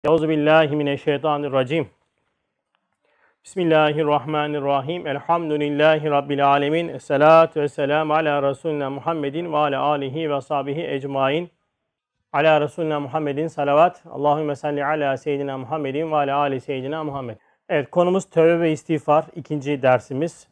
Euzubillahimineşşeytanirracim. Bismillahirrahmanirrahim. Elhamdülillahi Rabbil alemin. Esselatu vesselamu ala Resulina Muhammedin ve ala alihi ve sahbihi ecmain. Ala Resulina Muhammedin salavat. Allahümme salli ala seyyidina Muhammedin ve ala ali seyyidina Muhammed. Evet, konumuz tövbe ve istiğfar. İkinci dersimiz.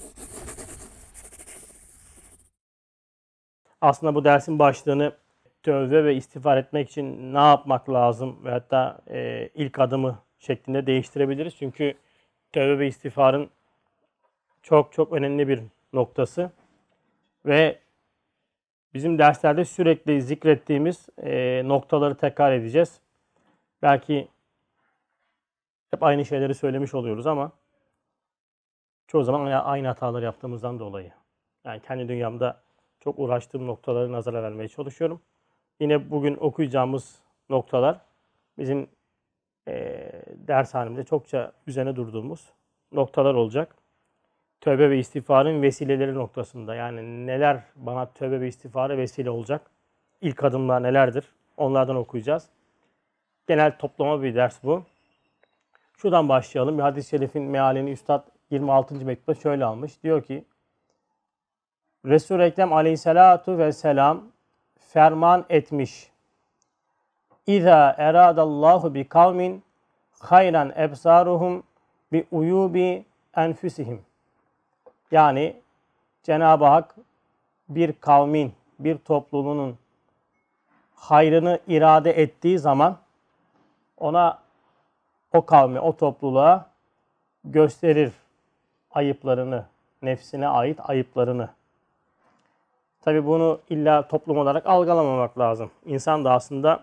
Aslında bu dersin başlığını tövbe ve istiğfar etmek için ne yapmak lazım ve hatta ilk adımı şeklinde değiştirebiliriz. Çünkü tövbe ve istiğfarın çok önemli bir noktası ve bizim derslerde sürekli zikrettiğimiz noktaları tekrar edeceğiz. Belki hep aynı şeyleri söylemiş oluyoruz ama çoğu zaman aynı hataları yaptığımızdan dolayı. Yani kendi dünyamda çok uğraştığım noktaları nazara vermeye çalışıyorum. Yine bugün okuyacağımız noktalar bizim dershanemizde çokça üzerine durduğumuz noktalar olacak. Tövbe ve istiğfarın vesileleri noktasında. Yani neler bana tövbe ve istiğfara vesile olacak? İlk adımlar nelerdir? Onlardan okuyacağız. Genel toplama bir ders bu. Şuradan başlayalım. Bir hadis-i şerifin mealini Üstad 26. mektupta şöyle almış. Diyor ki Resul-i Ekrem aleyhissalatu vesselam ferman etmiş. İza eradallahu bi kavmin hayran ebsaruhum bi uyubi enfusihim. Yani Cenab-ı Hak bir kavmin, bir topluluğunun hayrını irade ettiği zaman ona, o kavme, o topluluğa gösterir ayıplarını, nefsine ait ayıplarını. Tabi bunu illa toplum olarak algılamamak lazım. İnsan da aslında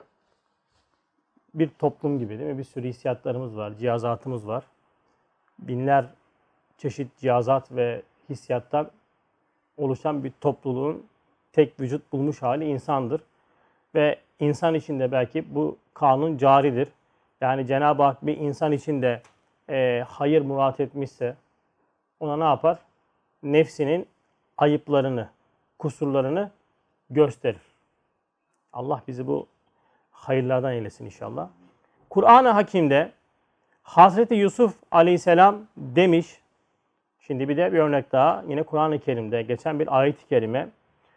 bir toplum gibi, değil mi? Bir sürü hissiyatlarımız var, cihazatımız var. Binler çeşit cihazat ve hissiyattan oluşan bir topluluğun tek vücut bulmuş hali insandır. Ve insan için de belki bu kanun caridir. Yani Cenab-ı Hak bir insan için de hayır murat etmişse ona ne yapar? Nefsinin ayıplarını, kusurlarını gösterir. Allah bizi bu hayırlardan eylesin inşallah. Kur'an-ı Hakim'de Hazreti Yusuf Aleyhisselam demiş. Şimdi bir de bir örnek daha. Yine Kur'an-ı Kerim'de geçen bir ayet-i kerime.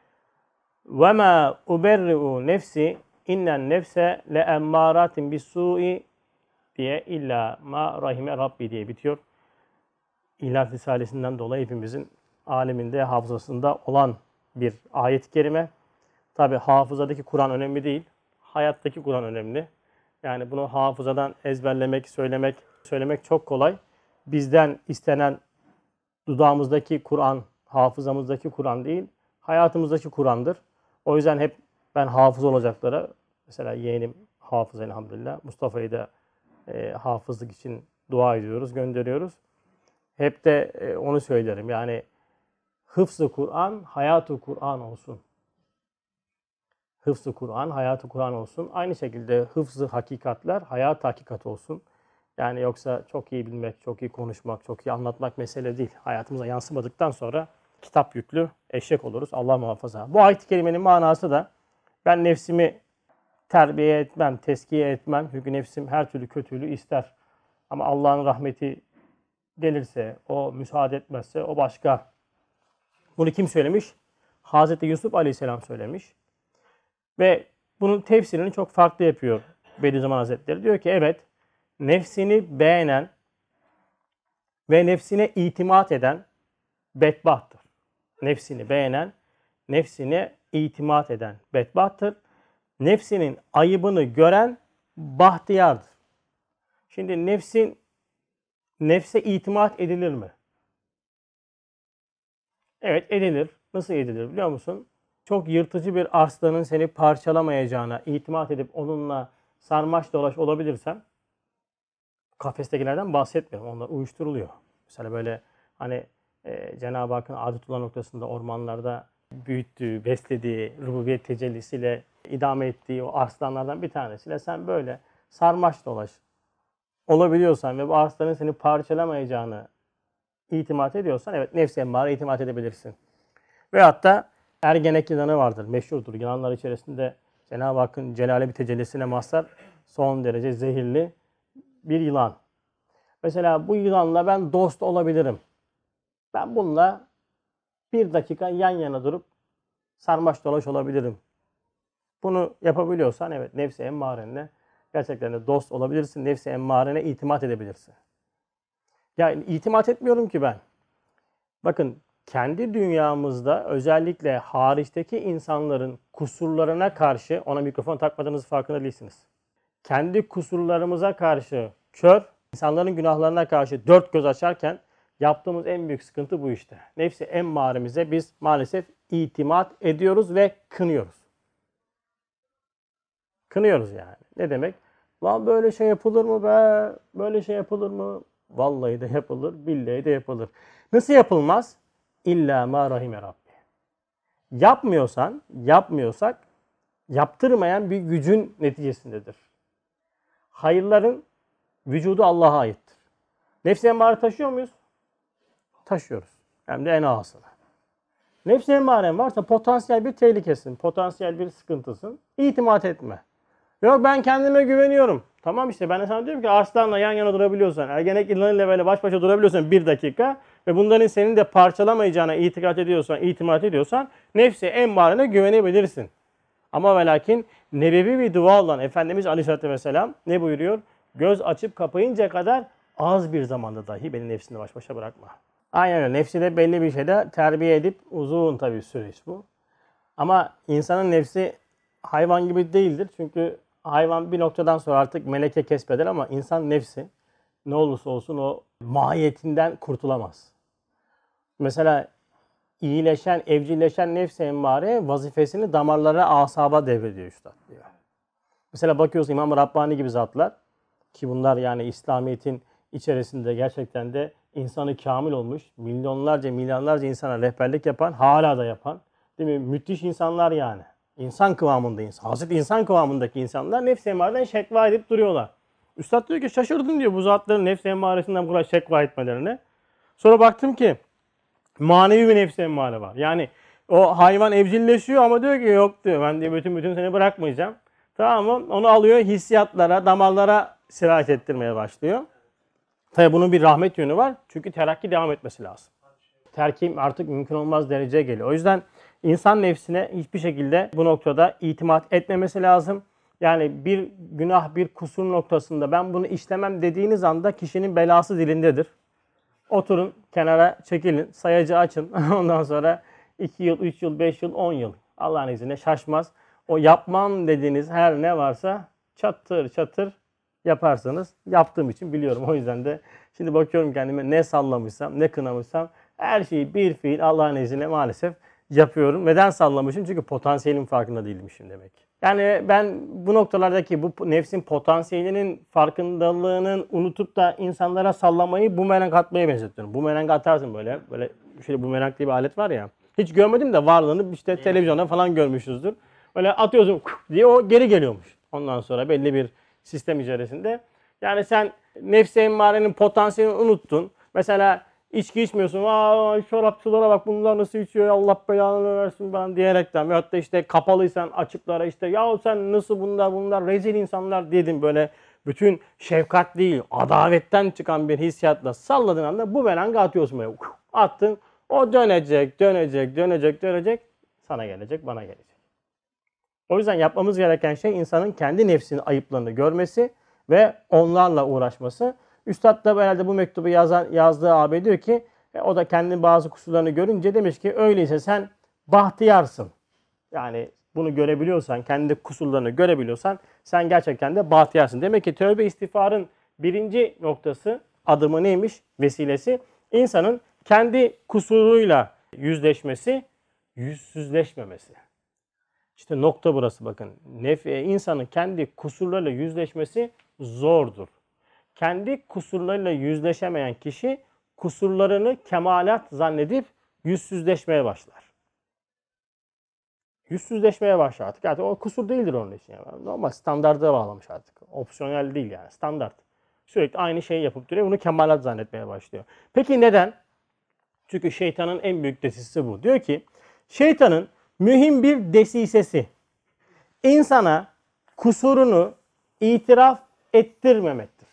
وَمَا اُبَرِّعُ nefsi innen nefse leemmâratin bis-sû'i diye illa ma rahime Rabbi diye bitiyor. İlah Risalesinden dolayı hepimizin aleminde, hafızasında olan bir ayet-i kerime. Tabi hafızadaki Kur'an önemli değil. Hayattaki Kur'an önemli. Yani bunu hafızadan ezberlemek, söylemek çok kolay. Bizden istenen dudağımızdaki Kur'an, hafızamızdaki Kur'an değil, hayatımızdaki Kur'an'dır. O yüzden hep ben hafız olacaklara, mesela yeğenim hafız elhamdülillah, Mustafa'yı da hafızlık için dua ediyoruz, gönderiyoruz. Hep de onu söylerim. Yani hıfz-ı Kur'an, hayat-ı Kur'an olsun. Hıfz-ı Kur'an, hayat-ı Kur'an olsun. Aynı şekilde hıfz-ı hakikatler, hayat hakikat olsun. Yani yoksa çok iyi bilmek, çok iyi konuşmak, çok iyi anlatmak mesele değil. Hayatımıza yansımadıktan sonra kitap yüklü eşek oluruz. Allah muhafaza. Bu ayet-i kerimenin manası da ben nefsimi terbiye etmem, teskiye etmem. Çünkü nefsim her türlü kötülüğü ister. Ama Allah'ın rahmeti gelirse, o müsaade etmezse o başka. Bunu kim söylemiş? Hazreti Yusuf Aleyhisselam söylemiş. Ve bunun tefsirini çok farklı yapıyor Bediüzzaman Hazretleri. Diyor ki evet, nefsini beğenen ve nefsine itimat eden bedbahttır. Nefsini beğenen, nefsine itimat eden bedbahttır. Nefsinin ayıbını gören bahtiyardır. Şimdi nefse itimat edilir mi? Evet, edilir. Nasıl edilir biliyor musun? Çok yırtıcı bir arslanın seni parçalamayacağına itimat edip onunla sarmaş dolaş olabilirsem, kafestekilerden bahsetmiyorum. Onlar uyuşturuluyor. Mesela böyle hani Cenab-ı Hakk'ın Adetullah noktasında ormanlarda büyüttüğü, beslediği, rububiyet tecellisiyle idame ettiği o arslanlardan bir tanesiyle sen böyle sarmaş dolaş olabiliyorsan ve bu arslanın seni parçalamayacağını itimat ediyorsan, evet, nefsi emmare itimat edebilirsin. Ve hatta ergenek yılanı vardır, meşhurdur. Yılanlar içerisinde Cenab-ı Hakk'ın celale bir tecellisine mazhar Son derece zehirli bir yılan. Mesela bu yılanla ben dost olabilirim. Ben bununla bir dakika yan yana durup sarmaş dolaş olabilirim. Bunu yapabiliyorsan evet, nefsi emmarenle gerçekten de dost olabilirsin. Nefsi emmarene itimat edebilirsin. Yani itimat etmiyorum ki ben. Bakın, kendi dünyamızda özellikle hariçteki insanların kusurlarına karşı, ona mikrofon takmadığınız farkında değilsiniz. Kendi kusurlarımıza karşı kör, insanların günahlarına karşı dört göz açarken yaptığımız en büyük sıkıntı bu işte. Nefsi emmaremize biz maalesef itimat ediyoruz ve kınıyoruz. Kınıyoruz yani. Ne demek? Lan böyle şey yapılır mı be? Böyle şey yapılır mı? Vallahi de yapılır, billahi de yapılır. Nasıl yapılmaz? İlla ma rahime Rabbi. Yapmıyorsak, yaptırmayan bir gücün neticesindedir. Hayırların vücudu Allah'a aittir. Nefs-i emmare taşıyor muyuz? Taşıyoruz. Hem de en ağasını. Nefs-i emmaren varsa potansiyel bir tehlikesin, potansiyel bir sıkıntısın. İtimat etme. Yok, ben kendime güveniyorum. Tamam işte, ben de sana diyorum ki arslanla yan yana durabiliyorsan, ergenek yılanıyla böyle baş başa durabiliyorsan bir dakika ve bunların senin de parçalamayacağına itimat ediyorsan nefsi emmarene güvenebilirsin. Ama ve lakin nebevi bir dua olan Efendimiz Aleyhisselatü Vesselam ne buyuruyor? Göz açıp kapayınca kadar az bir zamanda dahi beni nefsinde baş başa bırakma. Aynen öyle. Nefsi de belli bir şeyde terbiye edip, uzun tabii süreç bu. Ama insanın nefsi hayvan gibi değildir. Çünkü hayvan bir noktadan sonra artık meleke kesbeder ama insan nefsi ne olursa olsun o mahiyetinden kurtulamaz. Mesela iyileşen, evcilleşen nefs-i emmare vazifesini damarlara, asaba devrediyor üstad diyor. Mesela bakıyoruz İmam-ı Rabbani gibi zatlar ki bunlar yani İslamiyet'in içerisinde gerçekten de insanı kamil olmuş, milyonlarca insana rehberlik yapan, hala da yapan, değil mi? Müthiş insanlar yani. İnsan kıvamında insan. Hazreti insan kıvamındaki insanlar nefs-i emmareden şekva edip duruyorlar. Üstad diyor ki şaşırdım diyor bu zatların nefs-i emmaresinden bu kadar şekva etmelerine. Sonra baktım ki manevi bir nefs-i emmare var. Yani o hayvan evcilleşiyor ama diyor ki yok diyor, ben diyor bütün seni bırakmayacağım. Tamam mı? Onu alıyor, hissiyatlara, damarlara sirayet ettirmeye başlıyor. Tabi bunun bir rahmet yönü var. Çünkü terakki devam etmesi lazım. Terkim artık mümkün olmaz dereceye geliyor. O yüzden insan nefsine hiçbir şekilde bu noktada itimat etmemesi lazım. Yani bir günah, bir kusur noktasında ben bunu işlemem dediğiniz anda kişinin belası dilindedir. Oturun, kenara çekilin, sayacı açın. Ondan sonra 2 yıl, 3 yıl, 5 yıl, 10 yıl. Allah'ın izniyle şaşmaz. O yapmam dediğiniz her ne varsa çatır çatır yaparsınız. Yaptığım için biliyorum. O yüzden de şimdi bakıyorum kendime, ne sallamışsam, ne kınamışsam her şeyi bir fiil Allah'ın izniyle maalesef yapıyorum. Neden sallamışım? Çünkü potansiyelin farkında değilmişim demek. Yani ben bu noktalardaki bu nefsin potansiyelinin farkındalığının unutup da insanlara sallamayı bumerang atmaya benzetiyorum. Bumerang atarsın böyle. Böyle şöyle bumerang diye bir alet var ya. Hiç görmedim de varlığını işte televizyonda falan görmüşüzdür. Böyle atıyorsun diye o geri geliyormuş. Ondan sonra belli bir sistem içerisinde. Yani sen nefs-i emmarenin potansiyelini unuttun. Mesela içki içmiyorsun. Aa, şarapçılara bak bunlar nasıl içiyor, Allah belanı versin ben diyerekten. Veyahut da işte kapalıysan açıklara işte ya sen nasıl bunlar rezil insanlar dedin, böyle bütün şefkat değil adavetten çıkan bir hissiyatla salladığın anda bu melanga atıyorsun böyle. Attın, o dönecek sana gelecek, bana gelecek. O yüzden yapmamız gereken şey insanın kendi nefsinin ayıplarını görmesi ve onlarla uğraşması. Üstad da herhalde bu mektubu yazdığı abi diyor ki o da kendi bazı kusurlarını görünce demiş ki öyleyse sen bahtiyarsın. Yani bunu görebiliyorsan, kendi kusurlarını görebiliyorsan sen gerçekten de bahtiyarsın. Demek ki tövbe istiğfarın birinci noktası, adımı neymiş? Vesilesi insanın kendi kusuruyla yüzleşmesi, yüzsüzleşmemesi. İşte nokta burası bakın. İnsanın kendi kusurlarıyla yüzleşmesi zordur. Kendi kusurlarıyla yüzleşemeyen kişi kusurlarını kemalat zannedip yüzsüzleşmeye başlar. Yüzsüzleşmeye başlar artık. Yani o kusur değildir onun için. Yani. Normal standarda bağlamış artık. Opsiyonel değil yani, standart. Sürekli aynı şeyi yapıp duruyor. Bunu kemalat zannetmeye başlıyor. Peki neden? Çünkü şeytanın en büyük desisesi bu. Diyor ki şeytanın mühim bir desisesi insana kusurunu itiraf ettirmemektir.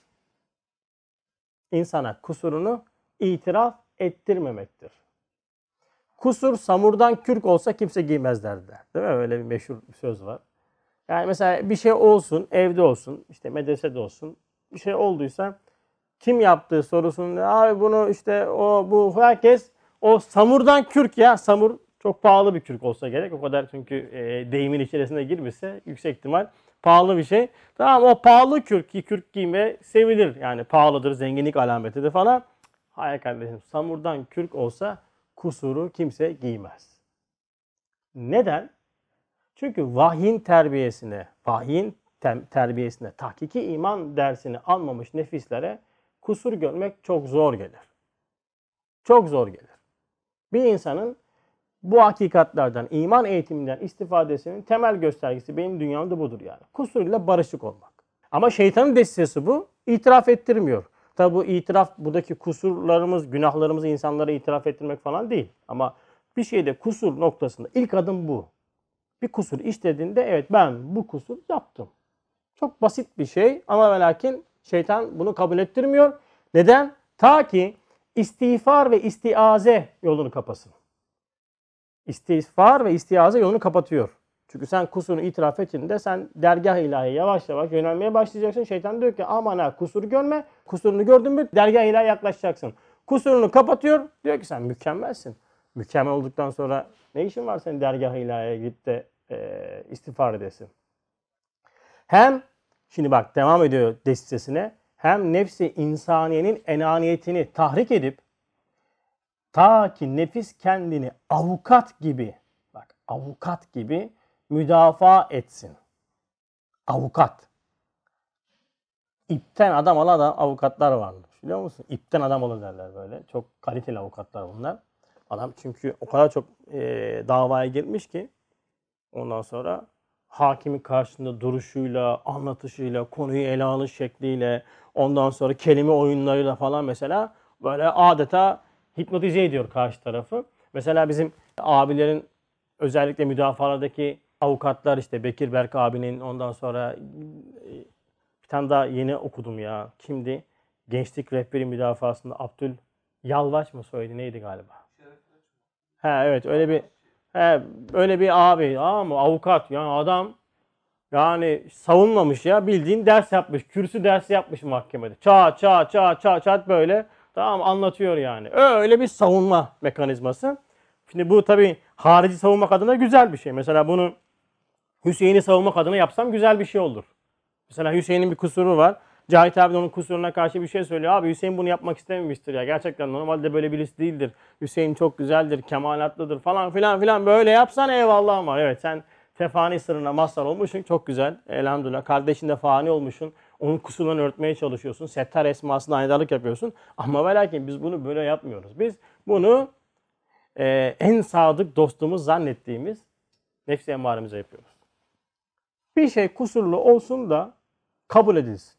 İnsana kusurunu itiraf ettirmemektir. Kusur samurdan kürk olsa kimse giymez derler. Değil mi? Öyle bir meşhur söz var. Yani mesela bir şey olsun, evde olsun, işte medresede olsun, bir şey olduysa kim yaptığı sorusunu, abi bunu işte o bu herkes o samurdan kürk ya. Samur çok pahalı bir kürk olsa gerek. O kadar çünkü deyimin içerisine girmişse yüksek ihtimal pahalı bir şey. Tamam, o pahalı kürk giyme sevilir. Yani pahalıdır, zenginlik alametidir falan. Hayır kardeşim, samurdan kürk olsa kusuru kimse giymez. Neden? Çünkü vahyin terbiyesine, tahkiki iman dersini almamış nefislere kusur görmek çok zor gelir. Çok zor gelir. Bir insanın bu hakikatlerden, iman eğitiminden istifadesinin temel göstergesi benim dünyamda budur yani. Kusuruyla barışık olmak. Ama şeytanın destesi bu. İtiraf ettirmiyor. Tabi bu itiraf, buradaki kusurlarımız, günahlarımızı insanlara itiraf ettirmek falan değil. Ama bir şeyde kusur noktasında ilk adım bu. Bir kusur işlediğinde evet ben bu kusur yaptım. Çok basit bir şey ama ve lakin şeytan bunu kabul ettirmiyor. Neden? Ta ki istiğfar ve istiaze yolunu kapasın. İstiğfar ve istiaze yolunu kapatıyor. Çünkü sen kusurunu itiraf ettiğinde sen dergah-ı ilahiye yavaş yavaş yönelmeye başlayacaksın. Şeytan diyor ki aman ha kusuru görme. Kusurunu gördün mü dergah-ı ilahiye yaklaşacaksın. Kusurunu kapatıyor. Diyor ki sen mükemmelsin. Mükemmel olduktan sonra ne işin var senin dergah-ı ilahiye gidip de istiğfar edesin. Hem şimdi bak devam ediyor destesine. Hem nefsi insaniyenin enaniyetini tahrik edip ta ki nefis kendini avukat gibi, bak avukat gibi müdafaa etsin. Avukat. İpten adam alan avukatlar vardır. Biliyor musun? İpten adam alır derler böyle. Çok kaliteli avukatlar bunlar. Adam çünkü o kadar çok davaya girmiş ki ondan sonra hakimin karşısında duruşuyla, anlatışıyla, konuyu ele alış şekliyle, ondan sonra kelime oyunlarıyla falan mesela böyle adeta hipnotize ediyor karşı tarafı. Mesela bizim abilerin özellikle müdafalardaki avukatlar işte Bekir Berk abinin, ondan sonra bir tane daha yeni okudum ya. Kimdi? Gençlik rehberi müdafasında Abdül Yalvaç mı soyadı neydi galiba? Evet öyle bir abi ama avukat yani adam yani savunmamış ya, bildiğin ders yapmış. Kürsü dersi yapmış mahkemede. Çat böyle tamam anlatıyor yani. Öyle bir savunma mekanizması. Şimdi bu tabii harici savunmak adına güzel bir şey. Mesela bunu Hüseyin'i savunmak adına yapsam güzel bir şey olur. Mesela Hüseyin'in bir kusuru var. Cahit abi de onun kusuruna karşı bir şey söylüyor. Abi Hüseyin bunu yapmak istememiştir ya. Gerçekten normalde böyle birisi değildir. Hüseyin çok güzeldir, kemalatlıdır falan filan böyle yapsan eyvallah var. Evet sen tefani sırrına mazhar olmuşsun. Çok güzel. Elhamdülillah. Kardeşin de fani olmuşsun. Onun kusurlarını örtmeye çalışıyorsun. Settar esmasına aynadarlık yapıyorsun. Ama ve lakin biz bunu böyle yapmıyoruz. Biz bunu en sadık dostumuz zannettiğimiz nefs-i emmaremize yapıyoruz. Bir şey kusurlu olsun da kabul edilsin.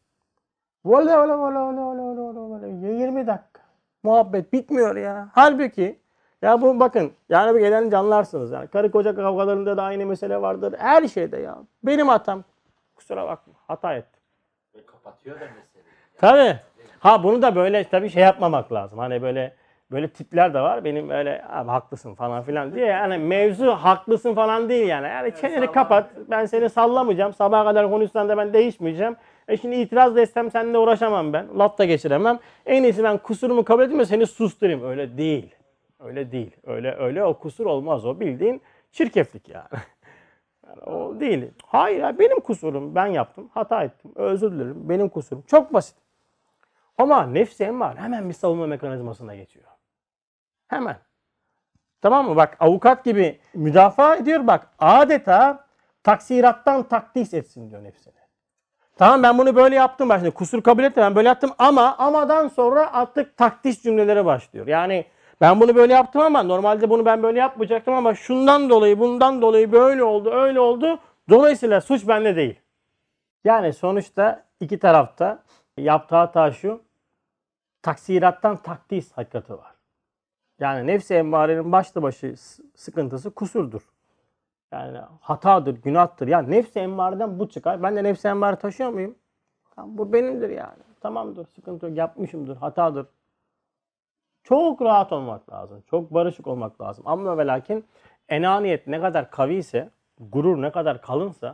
Valla 20 dakika. Muhabbet bitmiyor ya. Halbuki ya bu bakın yani bu gelen canlarsınız. Yani karı koca kavgalarında da aynı mesele vardır. Her şeyde ya. Benim hatam. Kusura bakma. Hata ettim. Ve kapatıyor da meseleyi. Tabii. Ha bunu da böyle tabii şey yapmamak lazım. Hani böyle tipler de var. Benim öyle abi haklısın falan filan diye. Yani mevzu haklısın falan değil yani. Yani çeneni kapat. Ben seni sallamayacağım. Sabaha kadar konuşsan da ben değişmeyeceğim. Şimdi itiraz da etsem seninle uğraşamam ben. Laf da geçiremem. En iyisi ben kusurumu kabul edeyim ve seni susturayım. Öyle değil. Öyle değil. Öyle o kusur olmaz o. Bildiğin çirkeflik yani. Yani o değil. Hayır ya benim kusurum. Ben yaptım. Hata ettim. Özür dilerim. Benim kusurum. Çok basit. Ama nefs-i emmare hemen bir savunma mekanizmasına geçiyor. Hemen. Tamam mı? Bak avukat gibi müdafaa ediyor. Bak adeta taksirattan takdis etsin diyor nefsine. Tamam ben bunu böyle yaptım. Bak şimdi kusur kabul ettim. Ben böyle yaptım ama amadan sonra artık takdis cümleleri başlıyor. Yani ben bunu böyle yaptım ama normalde bunu ben böyle yapmayacaktım ama şundan dolayı bundan dolayı böyle oldu öyle oldu. Dolayısıyla suç bende değil. Yani sonuçta iki tarafta yaptığı hata şu. Taksirattan takdis hakikati var. Yani nefs-i emmarenin başlı başı sıkıntısı kusurdur. Yani hatadır, günahtır. Ya nefs-i emmareden bu çıkar. Ben de nefs-i emmare taşıyor muyum? Tamam, bu benimdir yani. Tamamdır, sıkıntı yok. Yapmışımdır, hatadır. Çok rahat olmak lazım. Çok barışık olmak lazım. Ama ve lakin enaniyet ne kadar kavi ise, gurur ne kadar kalınsa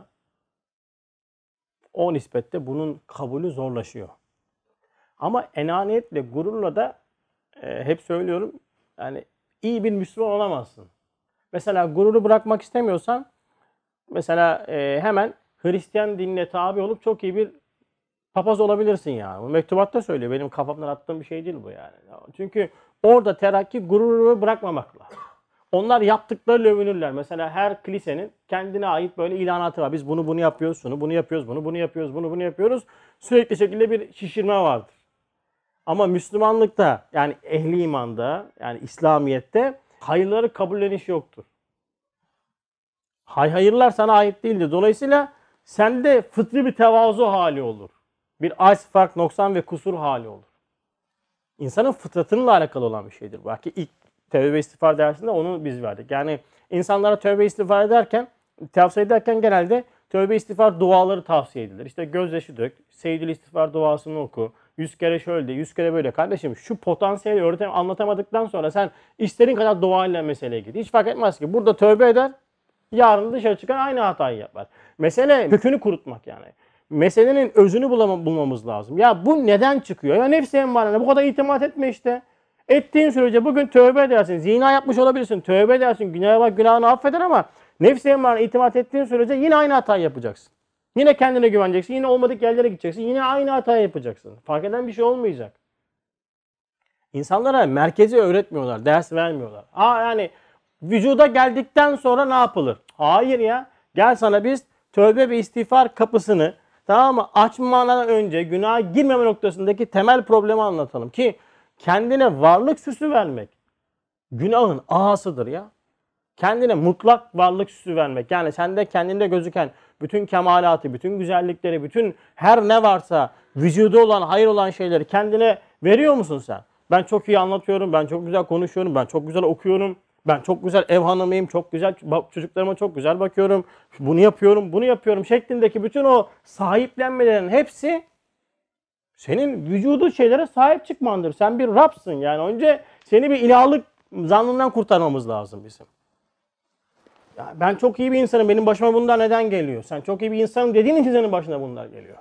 o nispette bunun kabulü zorlaşıyor. Ama enaniyetle, gururla da hep söylüyorum yani iyi bir Müslüman olamazsın. Mesela gururu bırakmak istemiyorsan mesela hemen Hristiyan dinine tabi olup çok iyi bir papaz olabilirsin yani. Bu mektubatta söylüyor. Benim kafamdan attığım bir şey değil bu yani. Çünkü orada terakki gururu bırakmamakla. Onlar yaptıklarıyla övünürler. Mesela her kilisenin kendine ait böyle ilanatı var. Biz bunu yapıyoruz, şunu bunu yapıyoruz, bunu yapıyoruz, bunu yapıyoruz. Sürekli şekilde bir şişirme vardır. Ama Müslümanlıkta yani ehli imanda yani İslamiyet'te hayırları kabulleniş yoktur. Hayırlar sana ait değildir. Dolayısıyla sende fıtri bir tevazu hali olur. Bir acz, fark, noksan ve kusur hali olur. İnsanın fıtratınınla alakalı olan bir şeydir. Belki ilk tövbe istiğfar dersinde onu biz verdik. Yani insanlara tövbe istiğfar ederken, tavsiye ederken genelde tövbe istiğfar duaları tavsiye edilir. İşte gözyaşı dök, seyyidül istiğfar duasını oku, 100 kere şöyle de, 100 kere böyle. Kardeşim şu potansiyeli anlatamadıktan sonra sen istediğin kadar duayla meseleye git. Hiç fark etmez ki. Burada tövbe eder, yarın dışarı çıkan aynı hatayı yapar. Mesele kökünü kurutmak yani. Meselenin özünü bulmamız lazım. Ya bu neden çıkıyor? Ya nefsi emmarene bu kadar itimat etme işte. Ettiğin sürece bugün tövbe edersin. Zina yapmış olabilirsin. Tövbe edersin. Günaha bak, günahını affeder ama nefsi emmarene itimat ettiğin sürece yine aynı hatayı yapacaksın. Yine kendine güveneceksin. Yine olmadık yerlere gideceksin. Yine aynı hatayı yapacaksın. Fark eden bir şey olmayacak. İnsanlara merkezi öğretmiyorlar. Ders vermiyorlar. Yani vücuda geldikten sonra ne yapılır? Hayır ya. Gel sana biz tövbe ve istiğfar kapısını tamam mı? Açmadan önce günaha girmeme noktasındaki temel problemi anlatalım ki kendine varlık süsü vermek günahın ağasıdır ya. Kendine mutlak varlık süsü vermek. Yani sende kendinde gözüken bütün kemalatı, bütün güzellikleri, bütün her ne varsa vücudu olan, hayır olan şeyleri kendine veriyor musun sen? Ben çok iyi anlatıyorum, ben çok güzel konuşuyorum, ben çok güzel okuyorum, ben çok güzel ev hanımıyım, çok güzel çocuklarıma çok güzel bakıyorum, bunu yapıyorum, bunu yapıyorum şeklindeki bütün o sahiplenmelerin hepsi senin vücudu şeylere sahip çıkmandır. Sen bir Rab'sın yani. Önce seni bir ilahlık zannından kurtarmamız lazım bizim. Ya ben çok iyi bir insanım. Benim başıma bunlar neden geliyor? Sen çok iyi bir insanım dediğin için senin başına bunlar geliyor.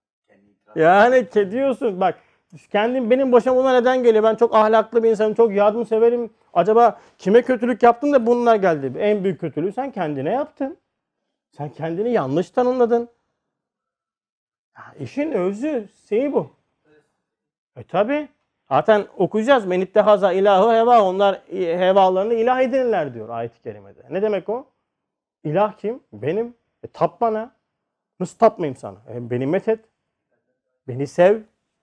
Yani diyorsun bak benim başıma bunlar neden geliyor? Ben çok ahlaklı bir insanım. Çok yardımseverim. Acaba kime kötülük yaptım da bunlar geldi? En büyük kötülüğü sen kendine yaptın. Sen kendini yanlış tanımladın. Ya işin özü bu. Tabi. Zaten okuyacağız. Menittehaza ilahı heva. Onlar hevalarını ilah edinirler diyor ayet-i kerimede. Ne demek o? İlah kim? Benim. Tap bana. Nasıl tapmayayım sana? Beni methet. Beni sev.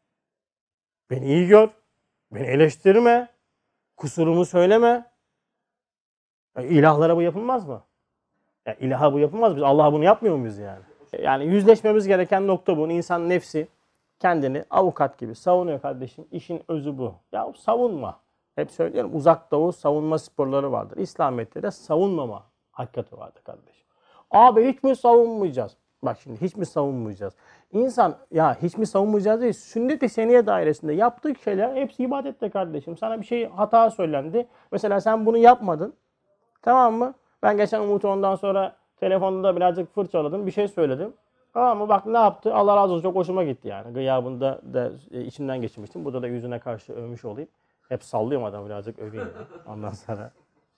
Beni iyi gör. Beni eleştirme. Kusurumu söyleme. İlahlara bu yapılmaz mı? İlaha bu yapılmaz. Biz Allah'a bunu yapmıyor muyuz yani? Yani yüzleşmemiz gereken nokta bu. İnsan nefsi kendini avukat gibi savunuyor kardeşim. İşin özü bu. Ya savunma. Hep söylüyorum uzak doğu savunma sporları vardır. İslamiyet'te de savunmama hakikati vardır kardeşim. Abi hiç mi savunmayacağız? Bak şimdi hiç mi savunmayacağız? İnsan ya hiç mi savunmayacağız değil. Sünnet-i seniye dairesinde yaptığı şeyler hepsi ibadette kardeşim. Sana bir şey hata söylendi. Mesela sen bunu yapmadın. Tamam mı? Ben geçen Umut'u ondan sonra telefonda birazcık fırçaladım. Bir şey söyledim. Tamam mı? Bak ne yaptı? Allah razı olsun çok hoşuma gitti yani. Gıyabında da içimden geçirmiştim. Burada da yüzüne karşı övmüş olayım. Hep sallıyorum adamı birazcık öveyim. Ondan sonra.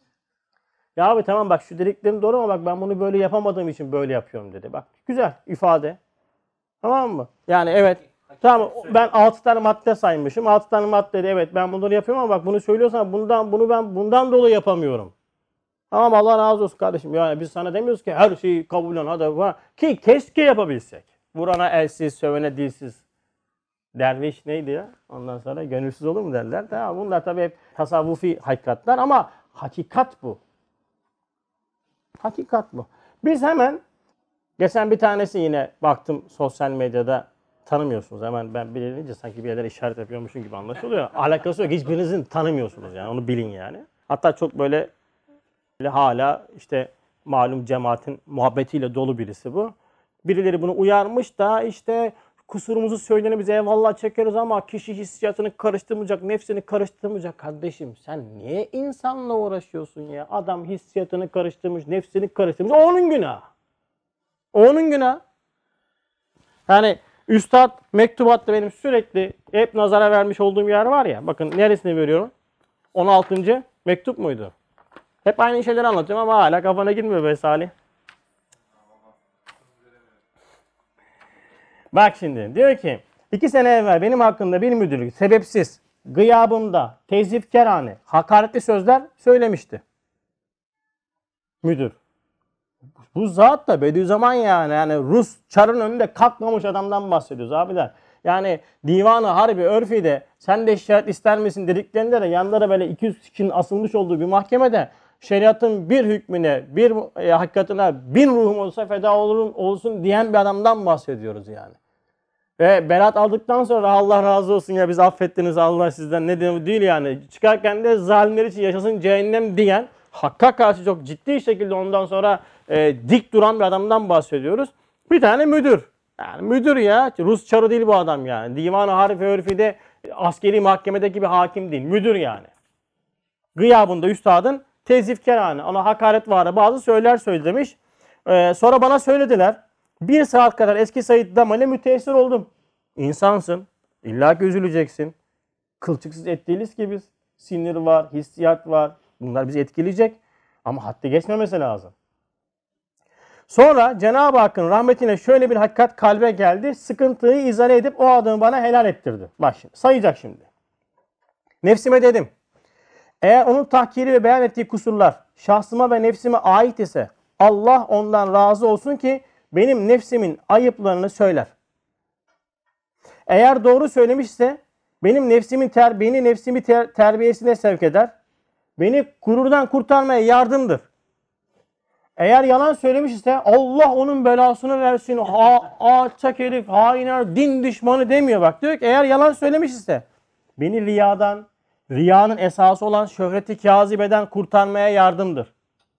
Ya abi tamam bak şu dediklerin doğru ama bak ben bunu böyle yapamadığım için böyle yapıyorum dedi. Bak güzel ifade. Tamam mı? Yani evet. Tamam ben 6 tane madde saymışım. 6 tane maddede evet ben bunları yapıyorum ama bak bunu söylüyorsan ben bundan dolayı yapamıyorum. Tamam Allah razı olsun kardeşim. Yani biz sana demiyoruz ki her şeyi kabul et hadi var. Ki keşke yapabilsek. Vurana elsiz, sövene dilsiz. Derviş neydi ya? Ondan sonra gönülsüz olur mu derler. Tamam bunlar tabii hep tasavvufi hakikatler ama hakikat bu. Hakikat bu. Biz hemen geçen bir tanesi yine baktım sosyal medyada tanımıyorsunuz. Hemen ben bilince sanki bir yerlere işaret yapıyormuşum gibi anlaşılıyor. Alakası yok. Hiçbirinizin tanımıyorsunuz yani. Onu bilin yani. Hatta çok böyle hala işte Malum cemaatin muhabbetiyle dolu birisi bu. Birileri bunu uyarmış da işte kusurumuzu söyleyene biz eyvallah çekeriz ama kişi hissiyatını karıştırmayacak, nefsini karıştırmayacak. Kardeşim sen niye insanla uğraşıyorsun ya? Adam hissiyatını karıştırmış, nefsini karıştırmış. O onun günahı. O onun günahı. Yani Üstad mektubatta benim sürekli hep nazara vermiş olduğum yer var ya. Bakın neresini veriyorum? 16. mektup muydu? Hep aynı şeyleri anlatıyorum ama hala kafana girmiyor be Salih. Bak şimdi diyor ki 2 sene evvel benim hakkında bir müdür sebepsiz gıyabımda tezifkerhane hakaretli sözler söylemişti. Müdür. Bu zat da Bediüzzaman yani Rus çarın önünde kalkmamış adamdan bahsediyoruz abiler. Yani Divan-ı Harbi Örfi'de sen de şehadet ister misin dediklerinde de yanında da böyle 200 kişinin asılmış olduğu bir mahkemede şeriatın bir hükmüne, bir hakikatine 1000 ruhum olsa feda olurum olsun diyen bir adamdan bahsediyoruz yani. Ve berat aldıktan sonra Allah razı olsun ya biz affettiniz Allah sizden ne diyor değil yani. Çıkarken de zalimler için yaşasın cehennem diyen Hakk'a karşı çok ciddi şekilde ondan sonra dik duran bir adamdan bahsediyoruz. Bir tane müdür. Yani müdür ya. Rus çarı değil bu adam yani. Divan-ı Harbi Örfi'de askeri mahkemedeki bir hakim değil. Müdür yani. Gıyabında üstadın tezifkerhane ona hakaret var bazı söyler söylemiş. Sonra bana söylediler. 1 saat kadar eski Said Damal'e müteessir oldum. İnsansın. İlla ki üzüleceksin. Kılçıksız et değiliz ki biz. Sinir var, hissiyat var. Bunlar bizi etkileyecek. Ama haddi geçmemesi lazım. Sonra Cenab-ı Hakk'ın rahmetine şöyle bir hakikat kalbe geldi. Sıkıntıyı izale edip o adamı bana helal ettirdi. Bak şimdi sayacak şimdi. Nefsime dedim. Eğer onun tahkiri ve beyan ettiği kusurlar şahsıma ve nefsime ait ise Allah ondan razı olsun ki benim nefsimin ayıplarını söyler. Eğer doğru söylemişse benim nefsimi terbiyesine sevk eder. Beni gururdan kurtarmaya yardımdır. Eğer yalan söylemiş ise Allah onun belasını versin. Alçak herif, hainer, din düşmanı demiyor bak. Diyor ki eğer yalan söylemiş ise beni riyadan, riyanın esası olan şöhreti kâzibeden kurtarmaya yardımdır.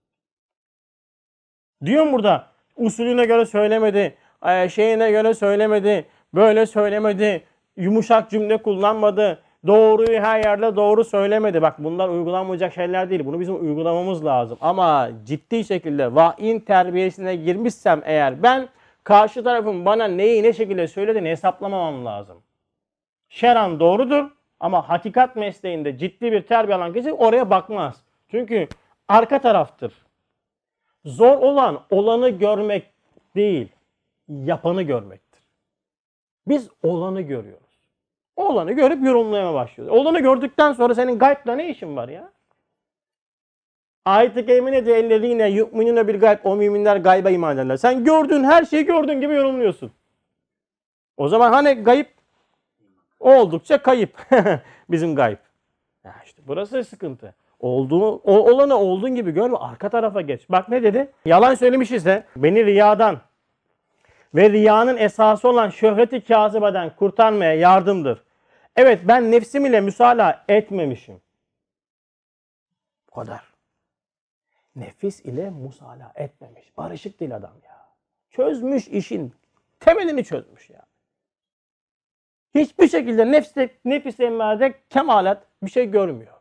Diyor burada usulüne göre söylemedi, şeyine göre söylemedi, böyle söylemedi, yumuşak cümle kullanmadı, doğruyu her yerde doğru söylemedi. Bak bunlar uygulanmayacak şeyler değil. Bunu bizim uygulamamız lazım. Ama ciddi şekilde vahyin terbiyesine girmişsem eğer ben karşı tarafın bana neyi ne şekilde söylediğini hesaplamamam lazım. Şer'an doğrudur ama hakikat mesleğinde ciddi bir terbiye alan kişi oraya bakmaz. Çünkü arka taraftır. Zor olan olanı görmek değil, yapanı görmektir. Biz olanı görüyoruz. Olanı görüp yorumlamaya başlıyoruz. Olanı gördükten sonra senin gaybla ne işin var ya? Ayet-i Kerime'de de ellezine yu'minune bil gayb, o müminler gayba iman ederler. Sen gördüğün her şeyi gördüğün gibi yorumluyorsun. O zaman hani gayb oldukça kayıp bizim gayb. Ya işte burası sıkıntı. Olanı olduğun gibi görme, arka tarafa geç. Bak ne dedi? Yalan söylemiş ise beni riyadan ve riyanın esası olan şöhreti kâzibeden kurtarmaya yardımdır. Evet ben nefsim ile müsalaha etmemişim. Bu kadar. Nefis ile musalaha etmemiş. Barışık değil adam ya. Çözmüş işin temelini çözmüş ya. Hiçbir şekilde nefis-i emmarede kemalat bir şey görmüyor.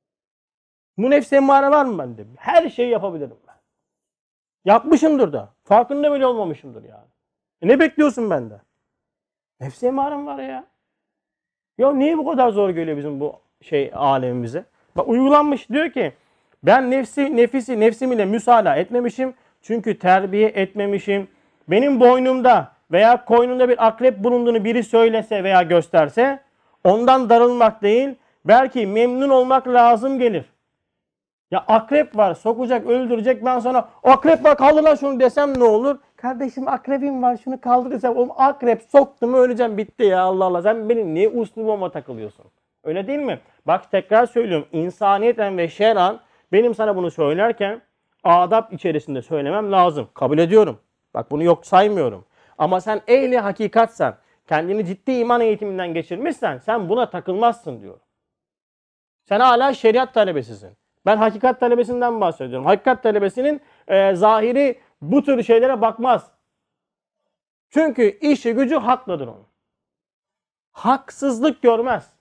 Bu nefs-i emmare var mı bende? Her şeyi yapabilirim ben. Yapmışımdır da. Farkında bile olmamışımdır yani. Ne bekliyorsun benden? Nefs-i emmarem var ya. Ya niye bu kadar zor geliyor bizim bu alemimize? Bak uygulanmış diyor ki ben nefsim ile müsalaha etmemişim. Çünkü terbiye etmemişim. Benim boynumda veya koynumda bir akrep bulunduğunu biri söylese veya gösterse ondan darılmak değil belki memnun olmak lazım gelir. Ya akrep var sokacak öldürecek ben sana akrep var kaldır lan şunu desem ne olur? Kardeşim akrebim var şunu kaldır desem oğlum akrep soktu mu öleceğim bitti ya Allah Allah sen benim niye uslubuma takılıyorsun? Öyle değil mi? Bak tekrar söylüyorum insaniyeten ve şer'an benim sana bunu söylerken adab içerisinde söylemem lazım. Kabul ediyorum. Bak bunu yok saymıyorum. Ama sen ehli hakikatsen kendini ciddi iman eğitiminden geçirmişsen sen buna takılmazsın diyor. Sen hala şeriat talebesisin. Ben hakikat talebesinden bahsediyorum. Hakikat talebesinin zahiri bu tür şeylere bakmaz. Çünkü işi gücü hakladır onun. Haksızlık görmez.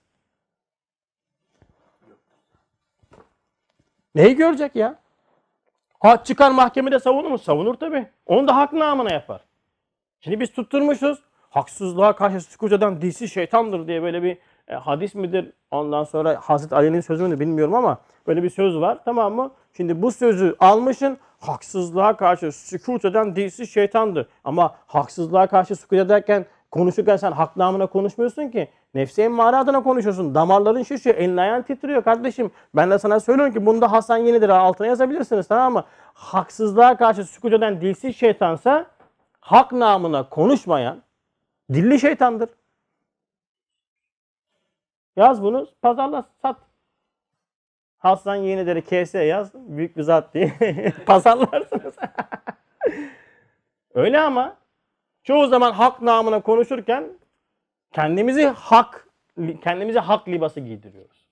Neyi görecek ya? Hak çıkar mahkemede savunur mu? Savunur tabii. Onu da hak namına yapar. Şimdi biz tutturmuşuz. Haksızlığa karşı sükût eden dilsiz şeytandır diye böyle bir hadis midir? Ondan sonra Hazreti Ali'nin sözü müdür bilmiyorum ama böyle bir söz var. Tamam mı? Şimdi bu sözü almışın. Haksızlığa karşı sükût eden dilsiz şeytandır. Ama haksızlığa karşı sükût ederken konuşurken sen hak namına konuşmuyorsun ki. Nefsi emmare adına konuşuyorsun. Damarların şişiyor. Elin ayağın titriyor kardeşim. Ben de sana söylüyorum ki bunda Hasan Yenidir altına yazabilirsiniz, tamam mı? Haksızlığa karşı sükût eden dilsiz şeytansa hak namına konuşmayan dilli şeytandır. Yaz bunu, pazarla, sat. Hasan Yenider'i KS yaz, büyük bir zat diye pazarlarsınız. Öyle ama çoğu zaman hak namına konuşurken kendimizi hak libası giydiriyoruz.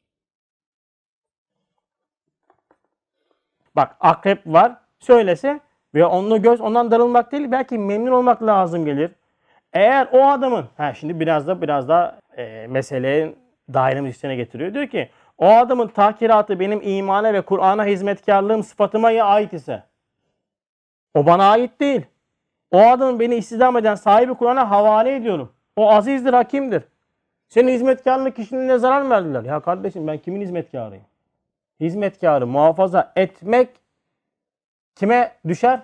Bak akrep var, söylese ve ondan darılmak değil, belki memnun olmak lazım gelir. Eğer o adamın, şimdi biraz da meselenin dairemiz içine getiriyor. Diyor ki o adamın tahkiratı benim imana ve Kur'an'a hizmetkarlığım sıfatıma ait ise o bana ait değil. O adamın beni istihdam eden sahibi Kur'an'a havale ediyorum. O azizdir, hakimdir. Senin hizmetkarlık kişiliğine zarar mı verdiler? Ya kardeşim ben kimin hizmetkarıyım? Hizmetkarı muhafaza etmek kime düşer?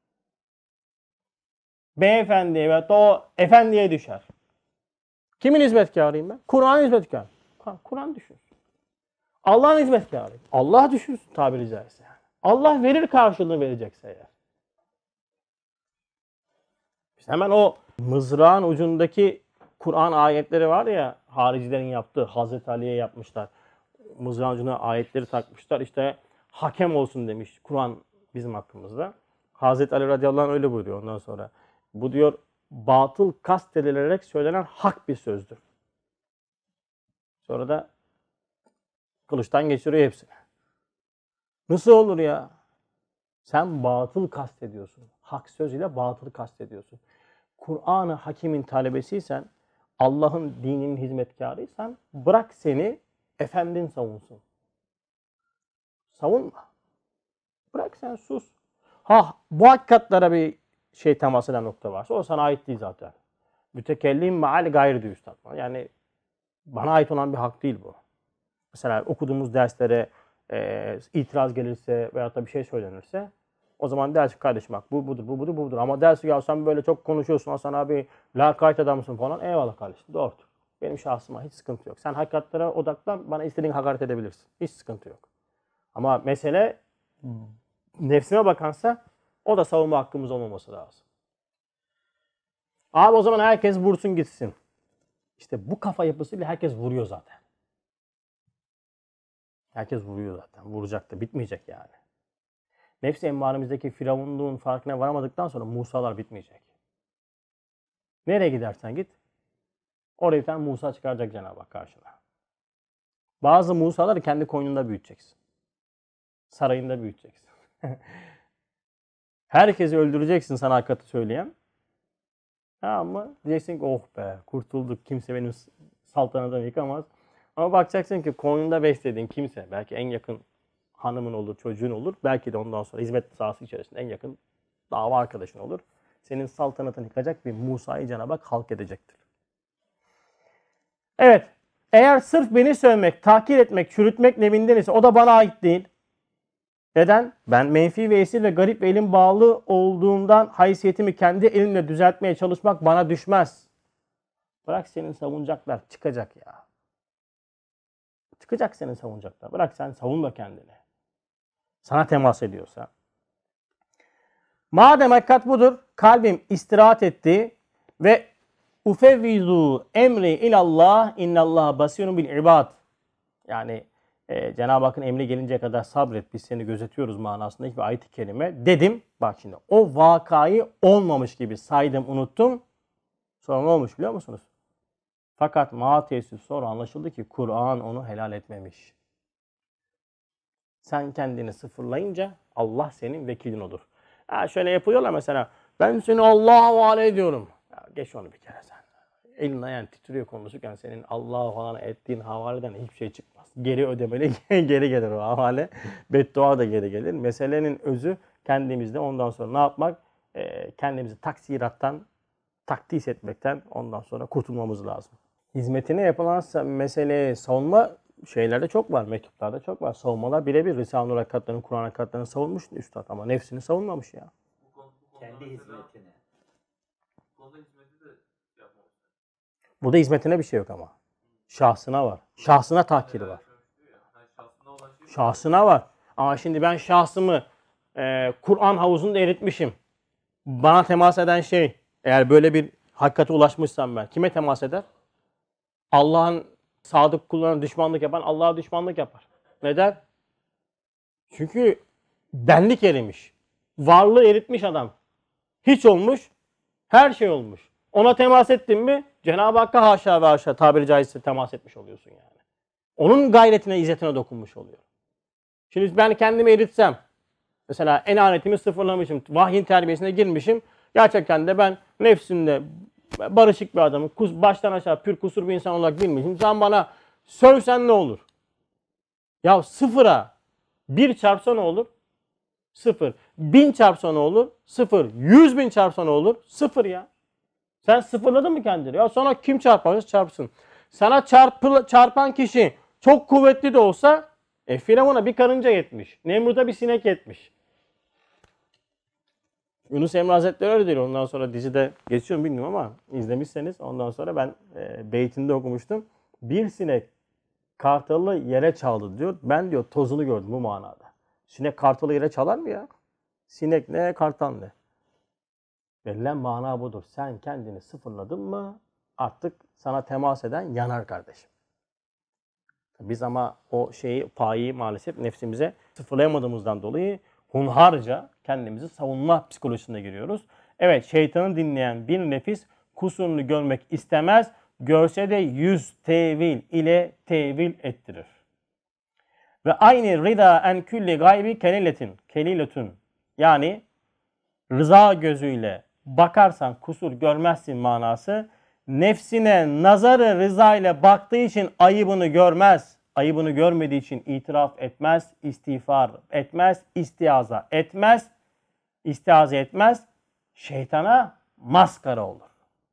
Beyefendiye ve o efendiye düşer. Kimin hizmetkarıyım ben? Kur'an'ın hizmetkarı. Kur'an düşünsün. Allah'ın hizmetkarıyım. Allah düşünsün tabiri caizse. Allah verir karşılığını verecekse eğer. İşte hemen o mızrağın ucundaki Kur'an ayetleri var ya, haricilerin yaptığı, Hazreti Ali'ye yapmışlar. Mızrağın ucuna ayetleri takmışlar. İşte hakem olsun demiş Kur'an bizim hakkımızda. Hazreti Ali radıyallahu anh öyle buyuruyor ondan sonra. Bu diyor batıl kastedilerek söylenen hak bir sözdür. Sonra da kılıçtan geçiriyor hepsini. Nasıl olur ya? Sen batıl kastediyorsun. Hak söz ile batıl kastediyorsun. Kur'an-ı Hakim'in talebesiysen, Allah'ın dininin hizmetkarıysan bırak seni efendin savunsun. Savunma. Bırak sen sus. Bu hakikatlara bir temas eden nokta varsa o sana ait değil zaten. Mütekellim meal gayri diyor üstad. Yani bana ait olan bir hak değil bu. Mesela okuduğumuz derslere itiraz gelirse veyahut da bir şey söylenirse o zaman dersin kardeşim bak bu budur. Ama dersin ya sen böyle çok konuşuyorsun Hasan abi lakayt adamsın falan. Eyvallah kardeşim doğrudur. Benim şahsıma hiç sıkıntı yok. Sen hakikatlere odaklan, bana istediğin hakaret edebilirsin. Hiç sıkıntı yok. Ama mesele nefsime bakansa o da savunma hakkımız olmaması lazım. Abi o zaman herkes vursun gitsin. İşte bu kafa yapısıyla herkes vuruyor zaten. Herkes vuruyor zaten. Vuracak da bitmeyecek yani. Nefs-i emmaremizdeki firavunluğun farkına varamadıktan sonra Musa'lar bitmeyecek. Nereye gidersen git. Oraya bir tane Musa çıkaracak Cenab-ı Hak karşına. Bazı Musa'ları kendi koynunda büyüteceksin. Sarayında büyüteceksin. Herkesi öldüreceksin sana hakikati söyleyen. Ama diyeceksin ki oh be kurtulduk. Kimse benim saltanatımı yıkamaz. Ama bakacaksın ki koynunda beslediğin kimse, belki en yakın hanımın olur, çocuğun olur. Belki de ondan sonra hizmet sahası içerisinde en yakın dava arkadaşın olur. Senin saltanatını yıkacak bir Musa'yı Cenab-ı Hak halk edecektir. Evet. Eğer sırf beni sövmek, tahkir etmek, çürütmek nevinden ise o da bana ait değil. Neden? Ben menfi ve esir ve garip ve elim bağlı olduğumdan haysiyetimi kendi elimle düzeltmeye çalışmak bana düşmez. Bırak senin savunacaklar çıkacak ya. Çıkacak senin savunacaklar. Bırak sen savunma kendini. Sana temas ediyorsa. Madem hakikat budur, kalbim istirahat etti ve ufevvizu emri ilallah innallah basirun bil ibad. Yani Cenab-ı Hakk'ın emri gelinceye kadar sabret biz seni gözetiyoruz manasındaki bir ayet-i kerime dedim. Bak şimdi o vakayı olmamış gibi saydım unuttum. Sonra ne olmuş biliyor musunuz? Fakat ma tesir sonra anlaşıldı ki Kur'an onu helal etmemiş. Sen kendini sıfırlayınca Allah senin vekilin olur. Ha şöyle yapıyorlar mesela. Ben seni Allah'a havale ediyorum. Ya geç onu bir kere sen. Elin ayağın titriyor konuşurken senin Allah'a falan ettiğin havaleden hiçbir şey çıkmaz. Geri ödemeli geri gelir o havale. Beddua da geri gelir. Meselenin özü kendimizde ondan sonra ne yapmak? Kendimizi taksirattan, takdis etmekten ondan sonra kurtulmamız lazım. Hizmetine yapılan meseleyi savunma şeylerde çok var, mektuplarda çok var. Savunmalar birebir Risale-i Nur hakikatlerini, Kur'an hakikatlerini savunmuş üstad ama nefsini savunmamış ya. Kendi hizmetine. Burada hizmetine bir şey yok ama. Şahsına var. Şahsına tahkiri var. Şahsına var. Ama şimdi ben şahsımı Kur'an havuzunda eritmişim. Bana temas eden şey, eğer böyle bir hakikate ulaşmışsam ben, kime temas eder? Allah'ın sadık kullarına düşmanlık yapan Allah'a düşmanlık yapar. Neden? Çünkü benlik erimiş. Varlığı eritmiş adam. Hiç olmuş, her şey olmuş. Ona temas ettin mi Cenab-ı Hakk'a haşa ve haşa tabiri caizse temas etmiş oluyorsun yani. Onun gayretine, izzetine dokunmuş oluyor. Şimdi ben kendimi eritsem, mesela enanetimi sıfırlamışım, vahyin terbiyesine girmişim. Gerçekten de ben nefsimde barışık bir adamım. Baştan aşağı pür kusur bir insan olarak bilmişim. Sen bana sövsen ne olur? Ya sıfıra 1 çarpsa ne olur? 0. 1000 çarpsa ne olur? 0. 100.000 çarpsa ne olur? 0 ya. Sen sıfırladın mı kendini? Ya sonra kim çarparsa çarpsın. Sana çarpan kişi çok kuvvetli de olsa Firavun'a bir karınca yetmiş. Nemrut'a bir sinek yetmiş. Yunus Emre Hazretleri öyle değil. Ondan sonra dizide geçiyor mu bilmiyorum ama izlemişseniz ondan sonra ben beytinde okumuştum. Bir sinek kartalı yere çaldı diyor. Ben diyor tozunu gördüm bu manada. Sinek kartalı yere çalar mı ya? Sinek ne, kartal ne? Verilen mana budur. Sen kendini sıfırladın mı artık sana temas eden yanar kardeşim. Biz ama o payı maalesef nefsimize sıfırlayamadığımızdan dolayı hunharca kendimizi savunma psikolojisine giriyoruz. Evet, şeytanı dinleyen bir nefis kusurunu görmek istemez. Görse de 100 tevil ile tevil ettirir. Ve aynı rida en külli gaybi keliletun. Yani rıza gözüyle bakarsan kusur görmezsin manası. Nefsine nazarı rıza ile baktığı için ayıbını görmez. Ayıbını görmediği için itiraf etmez, istiğfar etmez, istiaze etmez. Şeytana maskara olur.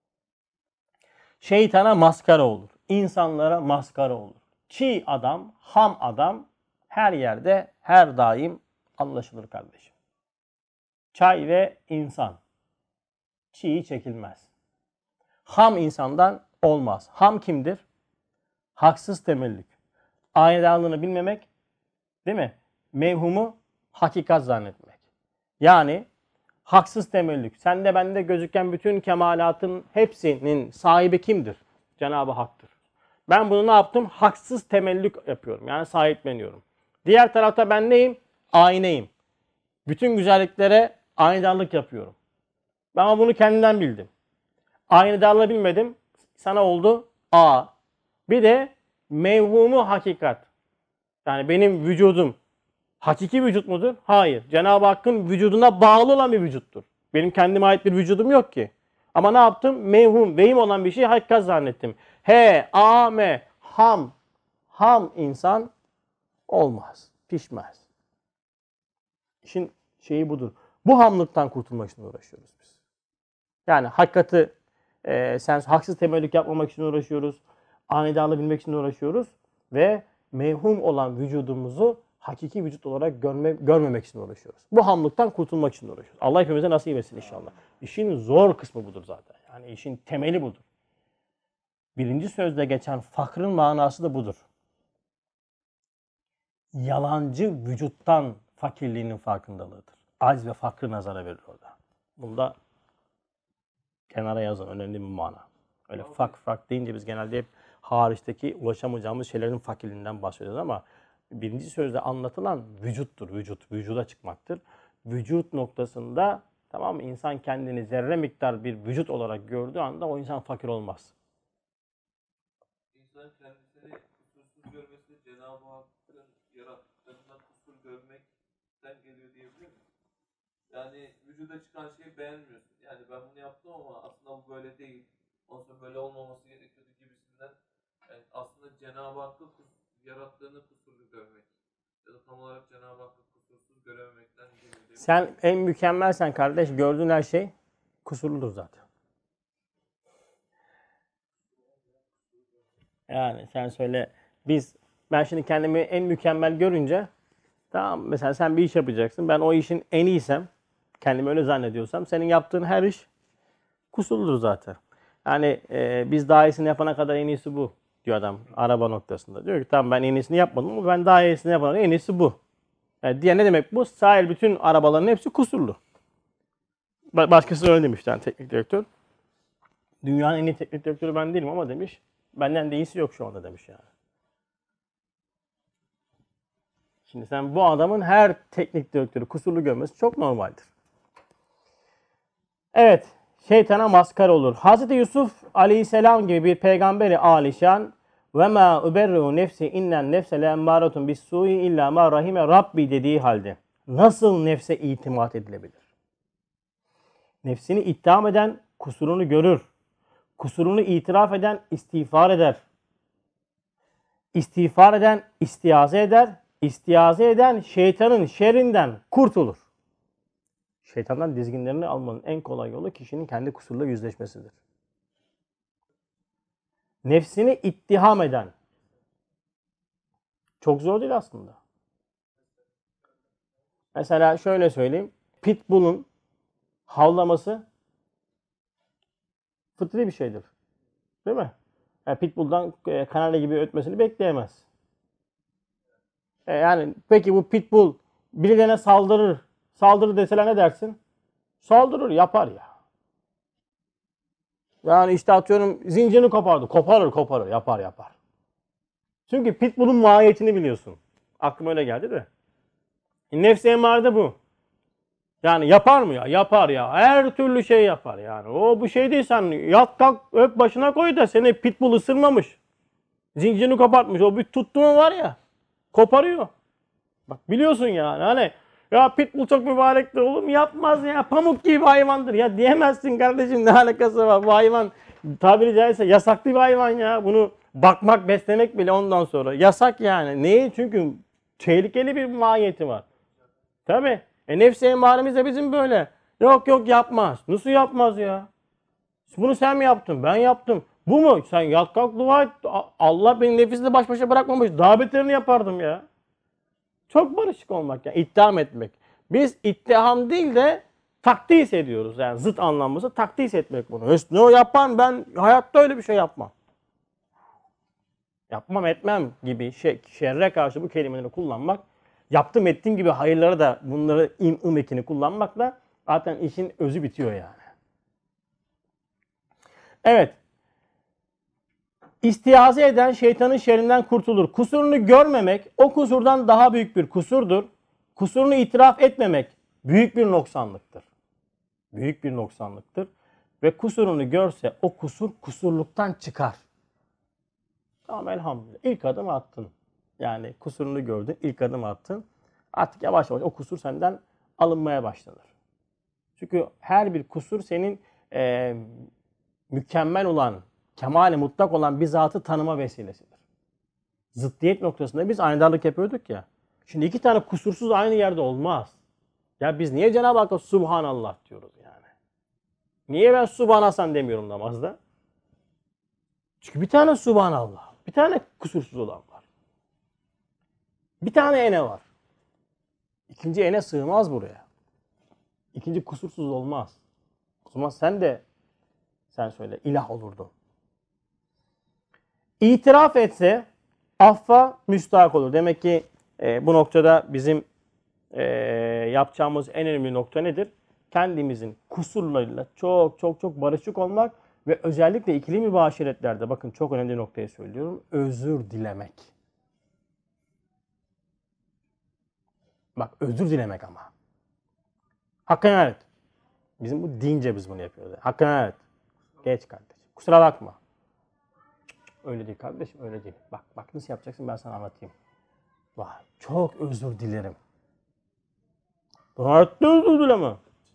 Şeytana maskara olur. İnsanlara maskara olur. Çiğ adam, ham adam her yerde, her daim anlaşılır kardeşim. Çay ve insan. Çiğ çekilmez. Ham insandan olmaz. Ham kimdir? Haksız temellük. Aynadarlığını bilmemek, değil mi? Mevhumu hakikat zannetmek. Yani haksız temellük. Sende bende gözüken bütün kemalatın hepsinin sahibi kimdir? Cenab-ı Hak'tır. Ben bunu ne yaptım? Haksız temellük yapıyorum. Yani sahipleniyorum. Diğer tarafta ben neyim? Aynayım. Bütün güzelliklere aynadarlık yapıyorum. Ben ama bunu kendimden bildim. Aynadarlığı bilmedim. Sana oldu A. Bir de mevhumu hakikat. Yani benim vücudum hakiki vücut mudur? Hayır. Cenab-ı Hakk'ın vücuduna bağlı olan bir vücuttur. Benim kendime ait bir vücudum yok ki. Ama ne yaptım? Mevhum, vehim olan bir şeyi hakikat zannettim. Ham. Ham insan olmaz. Pişmez. İşin şeyi budur. Bu hamlıktan kurtulmak için uğraşıyoruz biz. Yani hakikati haksız temellük yapmamak için uğraşıyoruz. Anidarlığı bilmek için uğraşıyoruz. Ve mevhum olan vücudumuzu hakiki vücut olarak görmemek için uğraşıyoruz. Bu hamlıktan kurtulmak için uğraşıyoruz. Allah hepimize nasip etsin inşallah. İşin zor kısmı budur zaten. Yani işin temeli budur. Birinci sözde geçen fakrın manası da budur. Yalancı vücuttan fakirliğinin farkındalığıdır. Aciz ve fakrı nazara verir orada. Bunda kenara yazın. Önemli bir mana. Öyle fakr deyince biz genelde hep hariçteki ulaşamayacağımız şeylerin fakirliğinden bahsediyoruz ama birinci sözde anlatılan vücuttur. Vücuda çıkmaktır. Vücut noktasında tamam mı? İnsan kendini zerre miktar bir vücut olarak gördüğü anda o insan fakir olmaz. İnsan kendisini kusursuz kusur görmesi Cenab-ı Hakk'ın yarattıklarından kusur görmekten geliyor diyebilir miyiz? Yani vücuda çıkan şeyi beğenmiyorsun. Yani ben bunu yaptım ama aslında bu böyle değil. Ondan sonra böyle olmaması gerekiyordu gibisinden. Yani aslında Cenab-ı Hakk'ı yarattığını kusurlu görmek. Ya da tam olarak Cenab-ı Hakk'ı kusursuz görememekten geliyor. Sen en mükemmelsen kardeş, gördüğün her şey kusurludur zaten. Yani sen söyle, ben şimdi kendimi en mükemmel görünce, tamam, mesela sen bir iş yapacaksın. Ben o işin en iyiysem, kendimi öyle zannediyorsam, senin yaptığın her iş kusurludur zaten. Yani biz daha iyisini yapana kadar en iyisi bu diyor adam araba noktasında. Diyor ki tamam, ben en iyisini yapmadım ama ben daha iyisini yapana kadar en iyisi bu. Yani diye ne demek bu? Sahil bütün arabaların hepsi kusurlu. Başkası öyle demiş yani, teknik direktör. Dünyanın en iyi teknik direktörü ben değilim ama demiş, benden de iyisi yok şu anda demiş yani. Şimdi sen bu adamın her teknik direktörü kusurlu görmesi çok normaldir. Evet, şeytana maskara olur. Hz. Yusuf aleyhisselam gibi bir peygamberi alişan ve ma uberru nefsi innen nefse le emmâretun bis-sûi illâ mâ rahime Rabbi dediği halde nasıl nefse itimat edilebilir? Nefsini ittiham eden kusurunu görür. Kusurunu itiraf eden istiğfar eder. İstiğfar eden istiaze eder. İstiaze eden şeytanın şerrinden kurtulur. Şeytandan dizginlerini almanın en kolay yolu kişinin kendi kusurla yüzleşmesidir. Nefsini ittiham eden. Çok zor değil aslında. Mesela şöyle söyleyeyim. Pitbull'un havlaması fıtri bir şeydir. Değil mi? Yani Pitbull'dan kanarya gibi ötmesini bekleyemez. Yani peki bu Pitbull birilerine saldırır deseler ne dersin? Saldırır, yapar ya. Yani işte atıyorum zincirini kopardı. Koparır, yapar. Çünkü Pitbull'un mahiyetini biliyorsun. Aklıma öyle geldi de. Nefs-i emmare bu. Yani yapar mı ya? Yapar ya. Her türlü şey yapar yani. O bu şey değil, sen yat kalk öp başına koy da seni Pitbull ısırmamış. Zincirini kopartmış. O bir tuttuğun var ya. Koparıyor. Bak biliyorsun yani. Hani ya Pitbull çok mübarektir oğlum, yapmaz ya. Pamuk gibi bir hayvandır. Ya diyemezsin kardeşim, ne alakası var? Bu hayvan tabiri caizse yasaklı bir hayvan ya. Bunu bakmak, beslemek bile ondan sonra yasak yani. Neyi? Çünkü tehlikeli bir mahiyeti var. Tabii. Nefs-i emmaremiz de bizim böyle. Yok yapmaz. Nasıl yapmaz ya? Bunu sen mi yaptın? Ben yaptım. Bu mu? Sen yat kalk dua et. Allah beni nefisle baş başa bırakmamış. Daha beterini yapardım ya. Çok barışık olmak yani. İttiham etmek. Biz ittiham değil de takdis ediyoruz. Yani zıt anlamlısı takdis etmek bunu. Ne o yapan, ben hayatta öyle bir şey yapmam. Yapmam etmem gibi şerre karşı bu kelimeleri kullanmak, yaptım ettiğim gibi hayırlara da bunları ekini kullanmakla zaten işin özü bitiyor yani. Evet. İstiaze eden şeytanın şerrinden kurtulur. Kusurunu görmemek o kusurdan daha büyük bir kusurdur. Kusurunu itiraf etmemek büyük bir noksanlıktır. Büyük bir noksanlıktır. Ve kusurunu görse o kusur kusurluktan çıkar. Tamam, elhamdülillah. İlk adım attın. Yani kusurunu gördün, ilk adım attın. Artık yavaş yavaş o kusur senden alınmaya başlanır. Çünkü her bir kusur senin mükemmel olan, kemali mutlak olan bir zatı tanıma vesilesidir. Zıddiyet noktasında biz aynadarlık yapıyorduk ya. Şimdi iki tane kusursuz aynı yerde olmaz. Ya biz niye Cenab-ı Hakk'a Subhanallah diyoruz yani? Niye ben Subhanasan demiyorum namazda? Çünkü bir tane Subhanallah, bir tane kusursuz olan var. Bir tane ene var. İkinci ene sığmaz buraya. İkinci kusursuz olmaz. O zaman sen söyle, ilah olurdun. İtiraf etse affa müstahak olur. Demek ki bu noktada bizim yapacağımız en önemli nokta nedir? Kendimizin kusurlarıyla çok barışık olmak ve özellikle ikili mübaşiretlerde, bakın çok önemli noktayı söylüyorum, özür dilemek. Bak, özür dilemek ama. Hakkını helal et. Bizim bu dince biz bunu yapıyoruz. Hakkını helal et. Geç kardeşim. Kusura bakma. Öyle değil kardeşim, öyle değil. Bak nasıl yapacaksın ben sana anlatayım. Vay, çok özür dilerim. Hayatta özür dileme.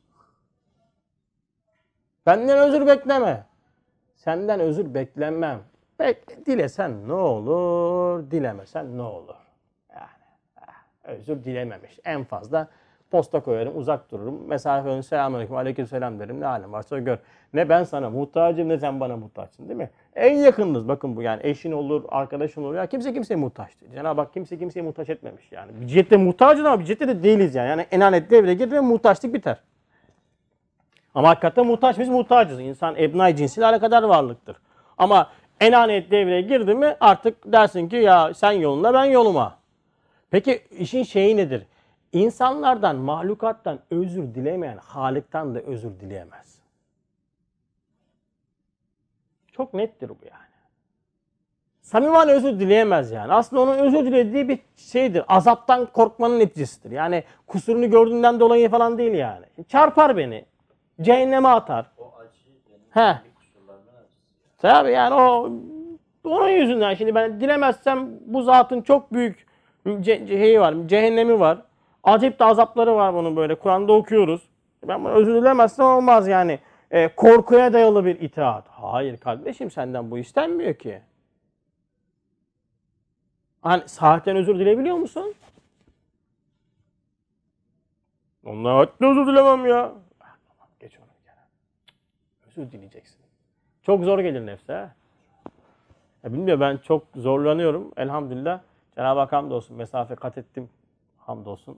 Benden özür bekleme. Senden özür beklemem. Dilesen ne olur, dilemesen ne olur. Yani özür dilememiş. En fazla posta koyarım, uzak dururum. Mesafe önü selamünaleyküm, aleykümselam derim. Ne halin varsa gör. Ne ben sana muhtacım ne sen bana muhtaçsın değil mi? En yakınınız bakın bu yani eşin olur, arkadaşın olur. Ya kimse kimseye muhtaç değil. Cenab-ı Hak kimse kimseye muhtaç etmemiş yani. Bir cihette muhtacız ama bir cihette de değiliz yani. Yani enanet devreye girdi ve muhtaçlık biter. Ama hakikaten muhtaç biz muhtacız. İnsan ebnai cinsiyle alakadar varlıktır. Ama enanet devreye girdi mi artık dersin ki ya sen yoluna ben yoluma. Peki işin şeyi nedir? İnsanlardan, mahlukattan özür dilemeyen Halık'tan da özür dileyemez. Çok nettir bu yani. Samiman özür dileyemez yani. Aslında onun özür dilediği bir şeydir. Azaptan korkmanın neticesidir. Yani kusurunu gördüğünden dolayı falan değil yani. Çarpar beni. Cehenneme atar. O acı benim He. kendi kusurlarımın acısı. Tabii yani onun yüzünden şimdi ben dilemezsem bu zatın çok büyük şeyi var, cehennemi var. Acayip de azapları var bunun böyle. Kur'an'da okuyoruz. Ben bunu özür dilemezsem olmaz yani. Korkuya dayalı bir itaat. Hayır kardeşim senden bu istenmiyor ki. Hani sahten özür dileyebiliyor musun? Ondan hatta özür dilemem ya. Geç onu bir kere. Özür dileyeceksin. Çok zor gelir nefse. Ha? Ya bilmiyorum ben çok zorlanıyorum. Elhamdülillah. Cenab-ı Hak hamdolsun. Mesafe kat ettim. Hamdolsun.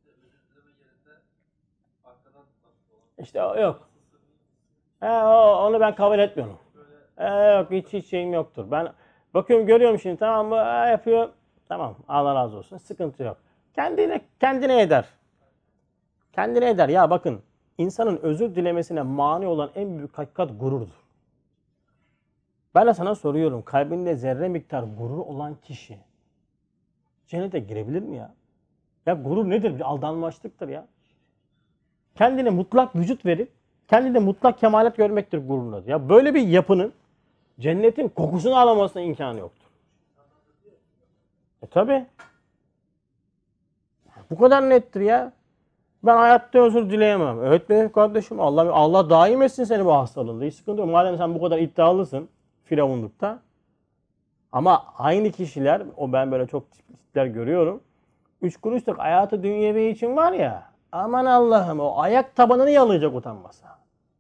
İşte yok. Onu ben kabul etmiyorum. Yok hiç şeyim yoktur. Ben bakıyorum görüyorum şimdi tamam mı yapıyor. Tamam Allah razı olsun. Sıkıntı yok. Kendine eder. Kendine eder. Ya bakın insanın özür dilemesine mani olan en büyük hakikat gururdur. Ben de sana soruyorum. Kalbinde zerre miktar gurur olan kişi cennete girebilir mi ya? Ya gurur nedir? Bir aldanmışlıktır ya. Kendine mutlak vücut verip kendine mutlak kemalet görmektir gururun adı. Ya böyle bir yapının cennetin kokusunu alamasına imkanı yoktur. Tabi. Bu kadar nettir ya. Ben hayatta özür dileyemem. Evet benim kardeşim Allah daim etsin seni bu hastalığında. Hiç sıkıntı yok. Madem sen bu kadar iddialısın firavunlukta. Ama aynı kişiler, ben böyle çok tipler görüyorum. 3 kuruşluk hayatı dünyevi için var ya, aman Allah'ım o ayak tabanını yalayacak utanmasa.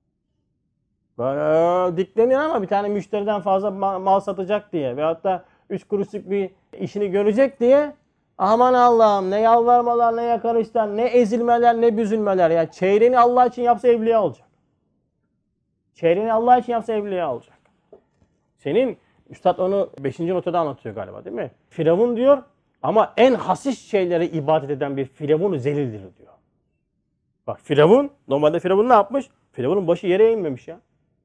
Böyle dikleniyor ama bir tane müşteriden fazla mal satacak diye veyahut da 3 kuruşluk bir işini görecek diye aman Allah'ım ne yalvarmalar, ne yakarışlar, ne ezilmeler, ne büzülmeler. Ya çeyreğini Allah için yapsa evliya olacak. Çeyreğini Allah için yapsa evliya olacak. Senin Üstad onu 5. notada anlatıyor galiba değil mi? Firavun diyor ama en hasis şeylere ibadet eden bir Firavun zelildir diyor. Bak Firavun, normalde Firavun ne yapmış? Firavun'un başı yere eğmemiş ya.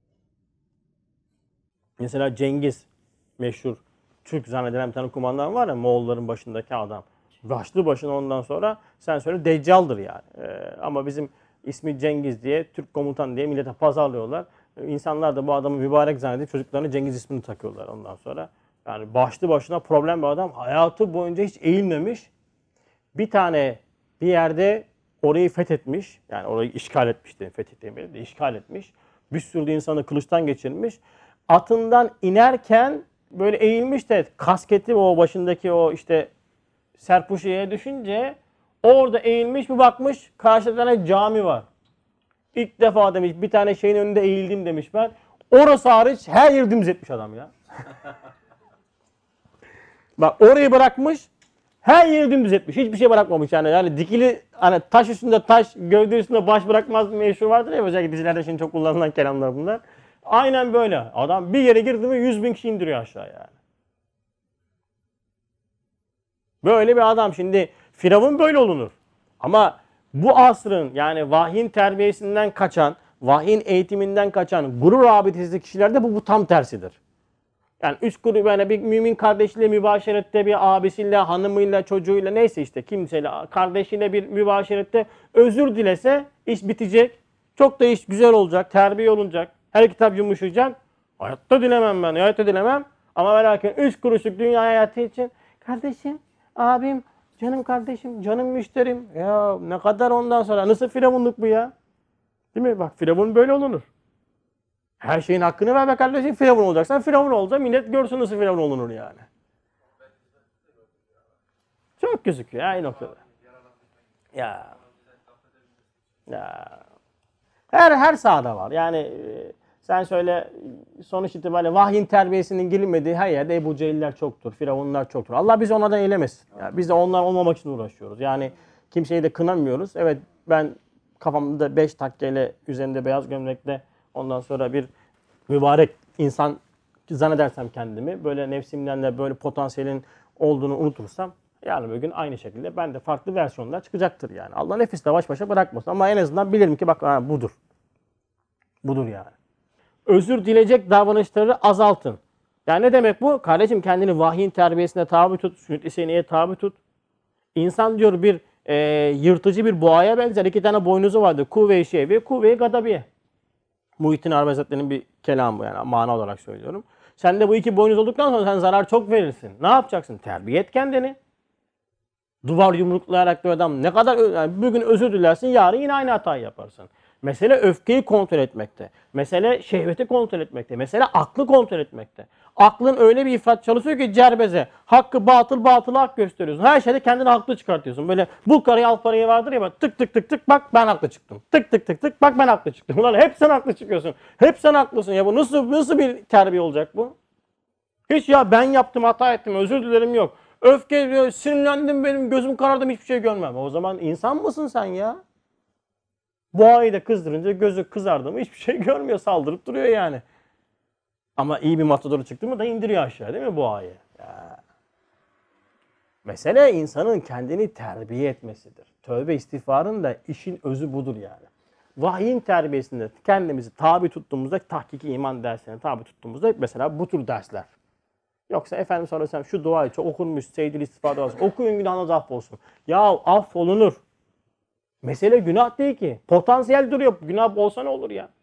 Mesela Cengiz meşhur Türk zannedilen bir tane kumandan var ya Moğolların başındaki adam. Başlı başına ondan sonra sen söyle Deccal'dır yani. Ama bizim ismi Cengiz diye Türk komutan diye millete pazarlıyorlar. İnsanlar da bu adamı mübarek zannedip çocuklarına Cengiz ismini takıyorlar ondan sonra. Yani başlı başına problem bir adam. Hayatı boyunca hiç eğilmemiş. Bir yerde orayı fethetmiş. Yani orayı işgal etmiş diye fethetmeyi de işgal etmiş. Bir sürü de insanı kılıçtan geçirmiş. Atından inerken böyle eğilmiş de kasketi o başındaki o işte serpuşu yere düşünce orada eğilmiş bir bakmış karşıda bir tane cami var. İlk defa demiş bir tane şeyin önünde eğildim demiş ben. Orası hariç her yeri dümdüz etmiş adam ya. Bak orayı bırakmış her yeri dümdüz etmiş. Hiçbir şey bırakmamış yani. Yani dikili hani taş üstünde taş, gövde üstünde baş bırakmaz bir meşhur vardır ya. Özellikle dizilerde şimdi çok kullanılan kelamlar bunlar. Aynen böyle. Adam bir yere girdi mi 100.000 kişi indiriyor aşağı yani. Böyle bir adam. Şimdi Firavun böyle olunur. Ama bu asrın yani vahyin terbiyesinden kaçan, vahyin eğitiminden kaçan gurur abidesi kişilerde bu tam tersidir. Yani üç grup yani bir mümin kardeşiyle mübaşerette bir abisiyle, hanımıyla, çocuğuyla neyse işte kimseyle kardeşiyle bir mübaşerette özür dilese iş bitecek. Çok da iş güzel olacak, terbiye olunacak. Her kitap yumuşayacak. Hayatta dilemem ben, hayatta dilemem. Ama merak etme 3 kuruşluk dünya hayatı için kardeşim, abim, canım kardeşim, canım müşterim. Ya ne kadar ondan sonra nasıl firavunluk bu ya? Değil mi? Bak firavun böyle olunur. Her şeyin hakkını ver be kardeşim. Firavun olacaksan firavun olacaksın. Millet görsün nasıl firavun olunur yani. Çok gözüküyor aynı noktada. Ya. Ya. Her sahada var. Yani sen söyle sonuç itibariyle vahyin terbiyesinin girilmediği her yerde Ebu Cehiller çoktur. Firavunlar çoktur. Allah bizi onlardan eylemesin. Yani biz de onlar olmamak için uğraşıyoruz. Yani kimseyi de kınamıyoruz. Evet ben kafamda 5 takkeyle üzerinde beyaz gömlekle ondan sonra bir mübarek insan zannedersem kendimi böyle nefsimden de böyle potansiyelin olduğunu unutursam yarın bir gün aynı şekilde ben de farklı versiyonlar çıkacaktır yani. Allah nefisle baş başa bırakmasın ama en azından bilirim ki bak ha, budur. Budur yani. Özür dileyecek davranışları azaltın. Yani ne demek bu? Kardeşim kendini vahyin terbiyesine tabi tut, sünnet-i seniyye tabi tut. İnsan diyor bir yırtıcı bir boğaya benzer. 2 tane boynuzu vardır. Kuvve-i şevi, kuvve-i gadabiye. Muhittin Arabi Hazretleri'nin bir kelamı bu yani mana olarak söylüyorum. Sen de bu 2 boynuz olduktan sonra sen zarar çok verirsin. Ne yapacaksın? Terbiye et kendini. Duvar yumruklayarak bir adam ne kadar yani bugün özür dilersin yarın yine aynı hatayı yaparsın. Mesele öfkeyi kontrol etmekte. Mesele şehveti kontrol etmekte. Mesele aklı kontrol etmekte. Aklın öyle bir ifrat çalışıyor ki cerbeze. Hakkı batıl, batılı hak gösteriyorsun. Her şeyde kendini haklı çıkartıyorsun. Böyle bu karayı al parayı vardır ya bak tık tık tık tık bak ben haklı çıktım. Tık tık tık tık bak ben haklı çıktım. Ulan hep sen haklı çıkıyorsun. Hep sen haklısın ya bu nasıl bir terbiye olacak bu? Hiç ya ben yaptım hata ettim özür dilerim yok. Öfke diyor sinirlendim benim gözüm karardım hiçbir şey görmem. O zaman insan mısın sen ya? Boğayı da kızdırınca gözü kızardı mı hiçbir şey görmüyor saldırıp duruyor yani. Ama iyi bir matadoru çıktı mı da indiriyor aşağı değil mi boğayı? Ya. Mesele insanın kendini terbiye etmesidir. Tövbe istiğfarın da işin özü budur yani. Vahyin terbiyesinde kendimizi tabi tuttuğumuzda tahkiki iman dersine tabi tuttuğumuzda mesela bu tür dersler. Yoksa efendim söylesem şu duayı çok okunmuş seyyidül istiğfar duası okuyun günahınız affolsun. Ya affolunur. Mesele günah değil ki. Potansiyel duruyor. Günah olsa ne olur ya?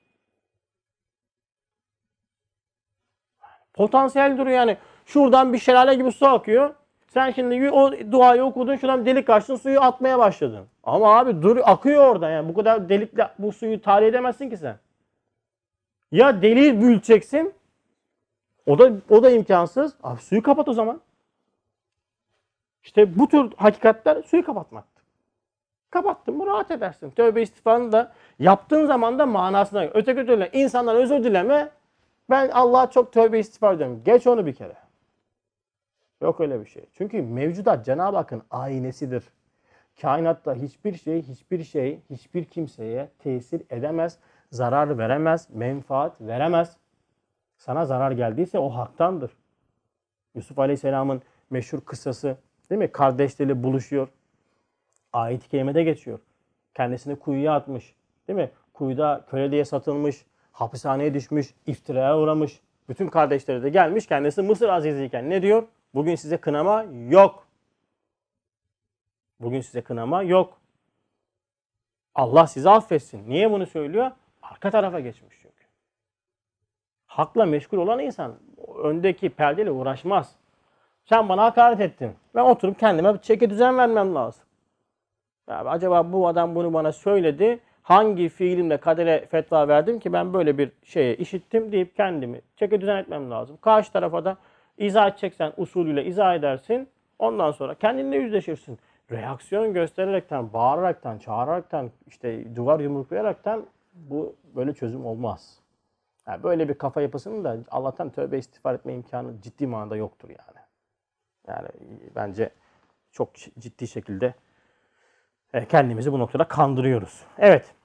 Potansiyel duruyor yani. Şuradan bir şelale gibi su akıyor. Sen şimdi o duayı okudun şuradan delik açtın suyu atmaya başladın. Ama abi dur akıyor orada yani. Bu kadar delikle bu suyu tahliye edemezsin ki sen. Ya deliği büyüteceksin. O da imkansız. Abi suyu kapat o zaman. İşte bu tür hakikatler suyu kapatmaktır. Kapattın mı rahat edersin. Tövbe istiğfarını da yaptığın zaman da manasına. Öteki türlü insandan özür dileme. Ben Allah'a çok tövbe istiğfar diyorum. Geç onu bir kere. Yok öyle bir şey. Çünkü mevcudat Cenab-ı Hakk'ın aynesidir. Kainatta hiçbir şey, hiçbir kimseye tesir edemez, zarar veremez, menfaat veremez. Sana zarar geldiyse o haktandır. Yusuf Aleyhisselam'ın meşhur kıssası değil mi? Kardeşleriyle buluşuyor. Ayet-i kerimede geçiyor. Kendisini kuyuya atmış. Değil mi? Kuyuda köle diye satılmış. Hapishaneye düşmüş. İftiraya uğramış. Bütün kardeşleri de gelmiş. Kendisi Mısır aziziyken ne diyor? Bugün size kınama yok. Bugün size kınama yok. Allah sizi affetsin. Niye bunu söylüyor? Arka tarafa geçmiş çünkü. Hakla meşgul olan insan öndeki perdeyle uğraşmaz. Sen bana hakaret ettin. Ben oturup kendime bir çeki düzen vermem lazım. Ya acaba bu adam bunu bana söyledi. Hangi fiilimle kadere fetva verdim ki ben böyle bir şeye işittim deyip kendimi çeki düzen etmem lazım. Karşı tarafa da izah edeceksen usulüyle izah edersin. Ondan sonra kendinle yüzleşirsin. Reaksiyon göstererekten, bağıraraktan, çağıraraktan, işte duvar yumruklayaraktan bu böyle çözüm olmaz. Yani böyle bir kafa yapısının da Allah'tan tövbe istiğfar etme imkanı ciddi manada yoktur yani. Yani bence çok ciddi şekilde kendimizi bu noktada kandırıyoruz. Evet.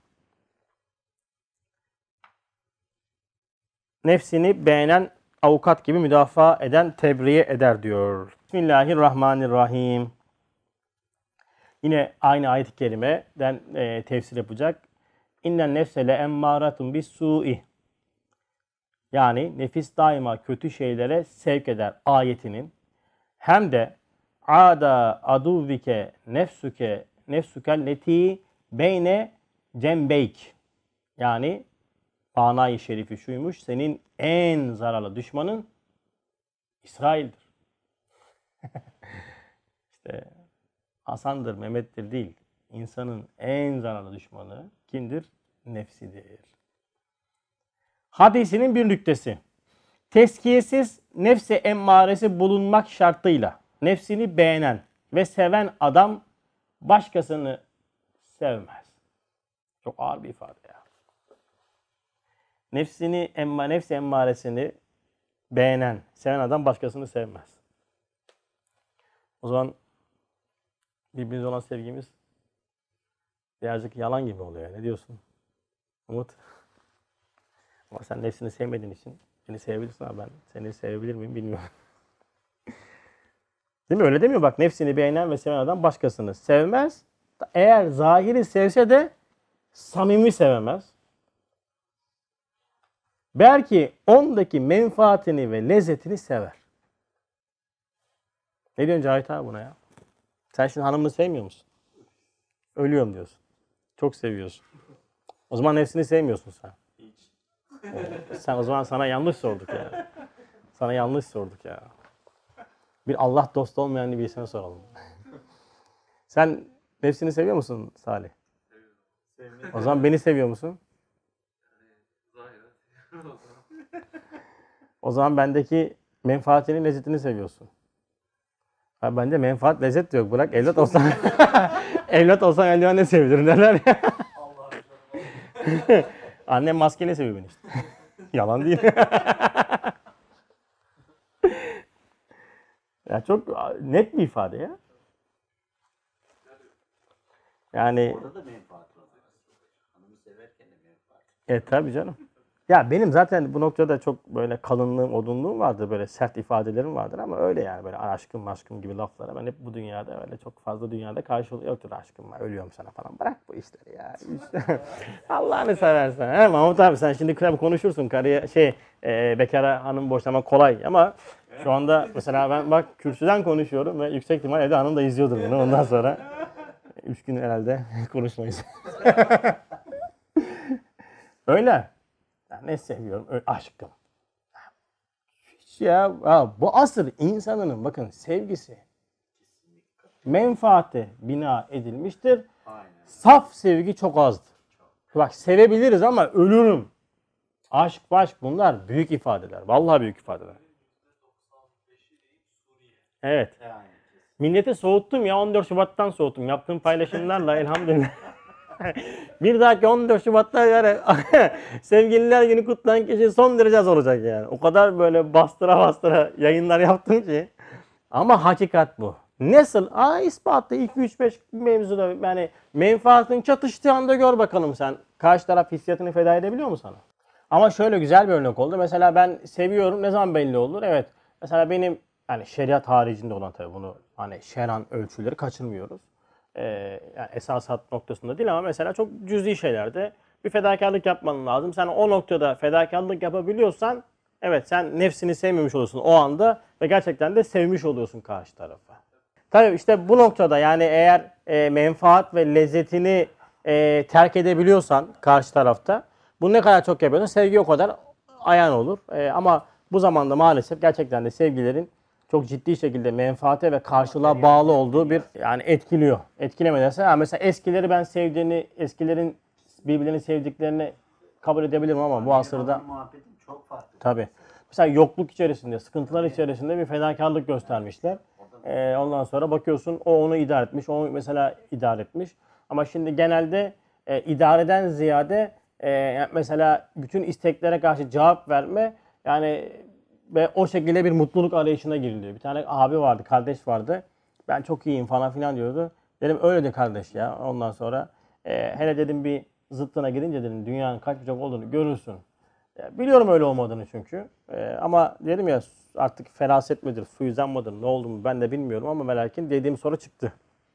Nefsini beğenen avukat gibi müdafaa eden tebriye eder diyor. Bismillahirrahmanirrahim. Yine aynı ayet-i kerimeden tefsir yapacak. İnnen nefse le emmâratun bis-sû'i. Yani nefis daima kötü şeylere sevk eder ayetinin. Hem de ada aduvvike nefsukel leti beyne cembeyk. Yani manayı şerifi şuymuş. Senin en zararlı düşmanın İsrail'dir. İşte Hasan'dır, Mehmet'tir değil. İnsanın en zararlı düşmanı kimdir? Nefsidir. Hadisinin bir nüktesi. Teskiyesiz nefsi emmaresi bulunmak şartıyla nefsini beğenen ve seven adam başkasını sevmez. Çok ağır bir ifade ya. Nefsi emmaresini beğenen, seven adam başkasını sevmez. O zaman birbirimize olan sevgimiz birazcık yalan gibi oluyor. Ne diyorsun Umut? Ama sen nefsini sevmediğin için beni sevebilirsin ama ben seni sevebilir miyim bilmiyorum. Değil mi? Öyle demiyor bak. Nefsini beğenen ve seven adam başkasını sevmez. Eğer zahiri sevse de samimi sevemez. Belki ondaki menfaatini ve lezzetini sever. Ne diyorsun Cahit abi buna ya? Sen şimdi hanımını sevmiyor musun? Ölüyorum diyorsun. Çok seviyorsun. O zaman nefsini sevmiyorsun sen. Hiç. Sen o zaman sana yanlış sorduk ya. Sana yanlış sorduk ya. Bir Allah dostu olmayan birisine soralım. Sen nefsini seviyor musun Salih? Sevmeyi O zaman beni seviyor musun? zahiren. O zaman bendeki menfaatini, lezzetini seviyorsun. Ha, bende menfaat, lezzet de yok. Bırak evlat olsan evlat olsan eldiven ne sevilir derler ya. Allah'ım. Annem maskeyle seviyor beni işte. Yalan değil. Ya çok net bir ifade ya. Yani Orada da menfaat var. Hanımı severken de menfaat. tabii canım. Ya benim zaten bu noktada çok böyle kalınlığım, odunluğum vardır. Böyle sert ifadelerim vardır ama öyle yani böyle aşkım gibi laflara ben hep bu dünyada öyle çok fazla dünyada karşılığı yoktur aşkım var. Ölüyorum sana falan. Bırak bu işleri ya. İşte, Allah'ını seversen. He, Mahmut abi sen şimdi konuşursun. Karıya bekara hanım boşamak kolay ama şu anda mesela ben bak kürsüden konuşuyorum ve yüksek ihtimal evde hanım da izliyordur bunu. Ondan sonra 3 gün herhalde konuşmayız. Öyle. Ya ne seviyorum? Aşkım. Hiç ya bu asır insanının bakın sevgisi menfaate bina edilmiştir. Aynen. Saf sevgi çok azdır. Bak sevebiliriz ama ölürüm. Aşk bunlar büyük ifadeler. Vallahi büyük ifadeler. Evet. Yani. Milleti soğuttum ya 14 Şubat'tan soğuttum. Yaptığım paylaşımlarla elhamdülillah. Bir dahaki 14 Şubat'ta yani sevgililer günü kutlayan kişi son derece az olacak yani. O kadar böyle bastıra yayınlar yaptım ki. Ama hakikat bu. Nasıl? İspatla 2-3-5 mevzuda yani menfaatin çatıştığı anda gör bakalım sen. Karşı taraf hissiyatını feda edebiliyor mu sana? Ama şöyle güzel bir örnek oldu. Mesela ben seviyorum ne zaman belli olur? Evet. Mesela benim hani şeriat haricinde olan tabii bunu hani şer'an ölçüleri kaçırmıyoruz. Yani esasat noktasında değil ama mesela çok cüzi şeylerde bir fedakarlık yapman lazım. Sen o noktada fedakarlık yapabiliyorsan evet sen nefsini sevmemiş oluyorsun o anda ve gerçekten de sevmiş oluyorsun karşı tarafa. Tabii işte bu noktada yani eğer menfaat ve lezzetini terk edebiliyorsan karşı tarafta bunu ne kadar çok yapıyorsan sevgi o kadar ayağın olur. Ama bu zamanda maalesef gerçekten de sevgilerin çok ciddi şekilde menfaate ve karşılığa bağlı olduğu bir yani etkiliyor. Etkilemediyse mesela eskileri ben sevdiğini, eskilerin birbirlerini sevdiklerini kabul edebilirim ama bu asırda Muhabbetin çok farklı. tabii. Mesela yokluk içerisinde, sıkıntılar içerisinde bir fedakarlık göstermişler. Ondan sonra bakıyorsun o onu idare etmiş, o mesela idare etmiş. Ama şimdi genelde idareden ziyade mesela bütün isteklere karşı cevap verme yani ve o şekilde bir mutluluk arayışına giriliyor. Bir tane abi vardı, kardeş vardı. Ben çok iyiyim falan filan diyordu. Dedim öyle de kardeş ya. Ondan sonra hele dedim bir zıttına girince dedim dünyanın kaç bucak olduğunu görürsün. Biliyorum öyle olmadığını çünkü. Ama dedim ya artık feraset midir, suizan mıdır, ne oldu mu ben de bilmiyorum ama ve lakin dediğim soru çıktı.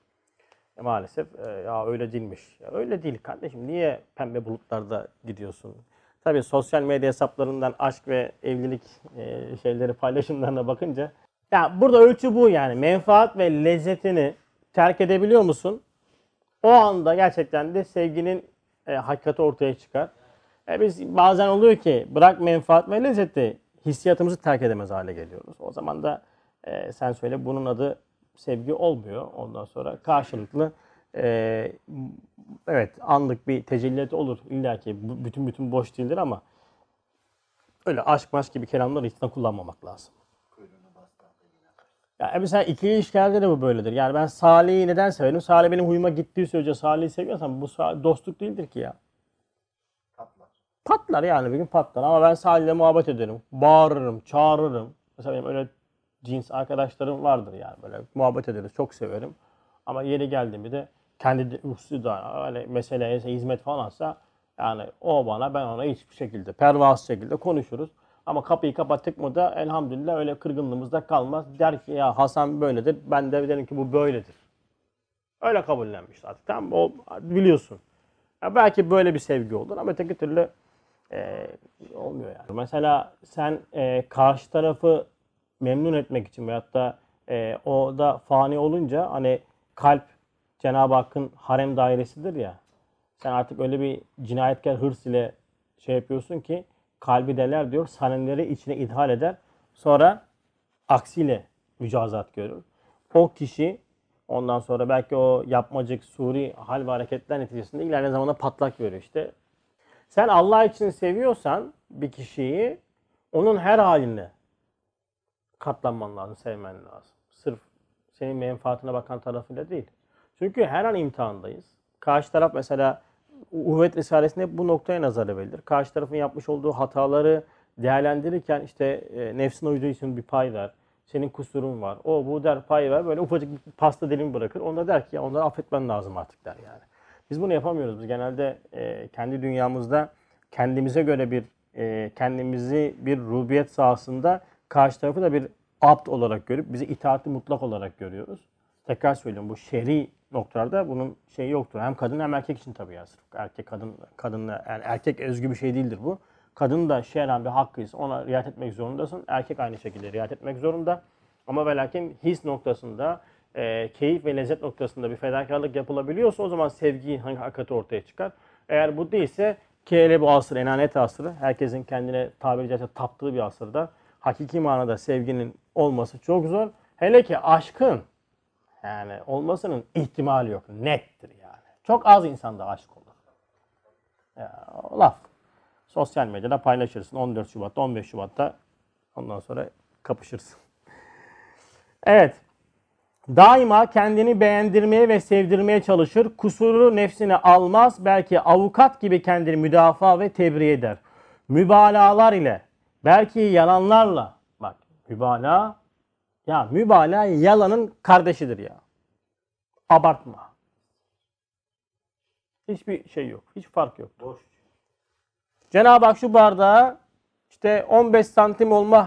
Maalesef ya öyle değilmiş. Ya öyle değil kardeşim. Niye pembe bulutlarda gidiyorsun? Tabii sosyal medya hesaplarından aşk ve evlilik şeyleri paylaşımlarına bakınca ya burada ölçü bu yani. Menfaat ve lezzetini terk edebiliyor musun? O anda gerçekten de sevginin hakikati ortaya çıkar. Biz bazen oluyor ki bırak menfaat ve lezzeti hissiyatımızı terk edemez hale geliyoruz. O zaman da sen söyle bunun adı sevgi olmuyor. Ondan sonra karşılıklı evet anlık bir tecelliyat olur. İlla ki bütün boş değildir ama öyle aşk maşk gibi kelamları hiç de kullanmamak lazım. Kuyruğunu bastığında yine kaçtı. Ya mesela ikili ilişkilerde de bu böyledir. Yani ben Salih'i neden severim? Salih benim huyuma gittiği sürece Salih'i seviyorsam bu dostluk değildir ki ya. Patlar. Patlar yani bir gün patlar ama ben Salih'le muhabbet ederim. Bağırırım, çağırırım. Mesela benim öyle cins arkadaşlarım vardır yani böyle muhabbet ederiz. Çok severim. Ama yeri geldi mi de kendi usulü da öyle meseleye hizmet falansa yani o bana ben ona hiçbir şekilde pervasız şekilde konuşuruz. Ama kapıyı kapattık mı da elhamdülillah öyle kırgınlığımız da kalmaz. Der ki ya Hasan böyledir. Ben de derim ki bu böyledir. Öyle kabullenmiş artık. Tamam mı? O biliyorsun. Ya belki böyle bir sevgi olur ama öteki türlü olmuyor yani. Mesela sen karşı tarafı memnun etmek için veyahut da o da fani olunca hani kalp Cenab-ı Hakk'ın harem dairesidir ya. Sen artık öyle bir cinayetkar hırs ile şey yapıyorsun ki kalbi deler diyor, sanemleri içine idhal eder. Sonra aksiyle mücazat görür. O kişi ondan sonra belki o yapmacık, suri hal ve hareketler neticesinde ilerleyen zamanda patlak veriyor işte. Sen Allah için seviyorsan bir kişiyi onun her haline katlanman lazım, sevmen lazım. Sırf senin menfaatine bakan tarafıyla değil. Çünkü her an imtihandayız. Karşı taraf mesela Uhuvvet Risalesi'nde hep bu noktaya nazar verilir. Karşı tarafın yapmış olduğu hataları değerlendirirken işte nefsine uyduğu için bir pay ver. Senin kusurun var. O bu der pay ver. Böyle ufacık bir pasta dilimi bırakır. Onda der ki ya onları affetmen lazım artık der yani. Biz bunu yapamıyoruz. Biz genelde kendi dünyamızda kendimize göre kendimizi bir rububiyet sahasında karşı tarafı da bir abd olarak görüp bizi itaati mutlak olarak görüyoruz. Tekrar söylüyorum bu şer'i noktalarda bunun şeyi yoktur. Hem kadın hem erkek için tabii ya. Sırf erkek kadınla yani erkek özgü bir şey değildir bu. Kadın da şer'en bir hakkıysa ona riayet etmek zorundasın. Erkek aynı şekilde riayet etmek zorunda. Ama ve lakin his noktasında, keyif ve lezzet noktasında bir fedakarlık yapılabiliyorsa o zaman sevgi hakikati ortaya çıkar. Eğer bu değilse ki hele bu asır, enanet asrı, herkesin kendine tabiri caizse taptığı bir asırda hakiki manada sevginin olması çok zor. Hele ki aşkın yani olmasının ihtimali yok. Nettir yani. Çok az insanda aşk olur. Ya, laf. Sosyal medyada paylaşırsın. 14 Şubat'ta, 15 Şubat'ta ondan sonra kapışırsın. Evet. Daima kendini beğendirmeye ve sevdirmeye çalışır. Kusuru nefsine almaz. Belki avukat gibi kendini müdafaa ve tebriğ eder. Mübalağalar ile, belki yalanlarla. Bak mübalağa, ya mübalağa yalanın kardeşidir ya. Abartma. Hiçbir şey yok. Hiç fark yok. Boş. Cenab-ı Hak şu bardağı işte 15 santim olma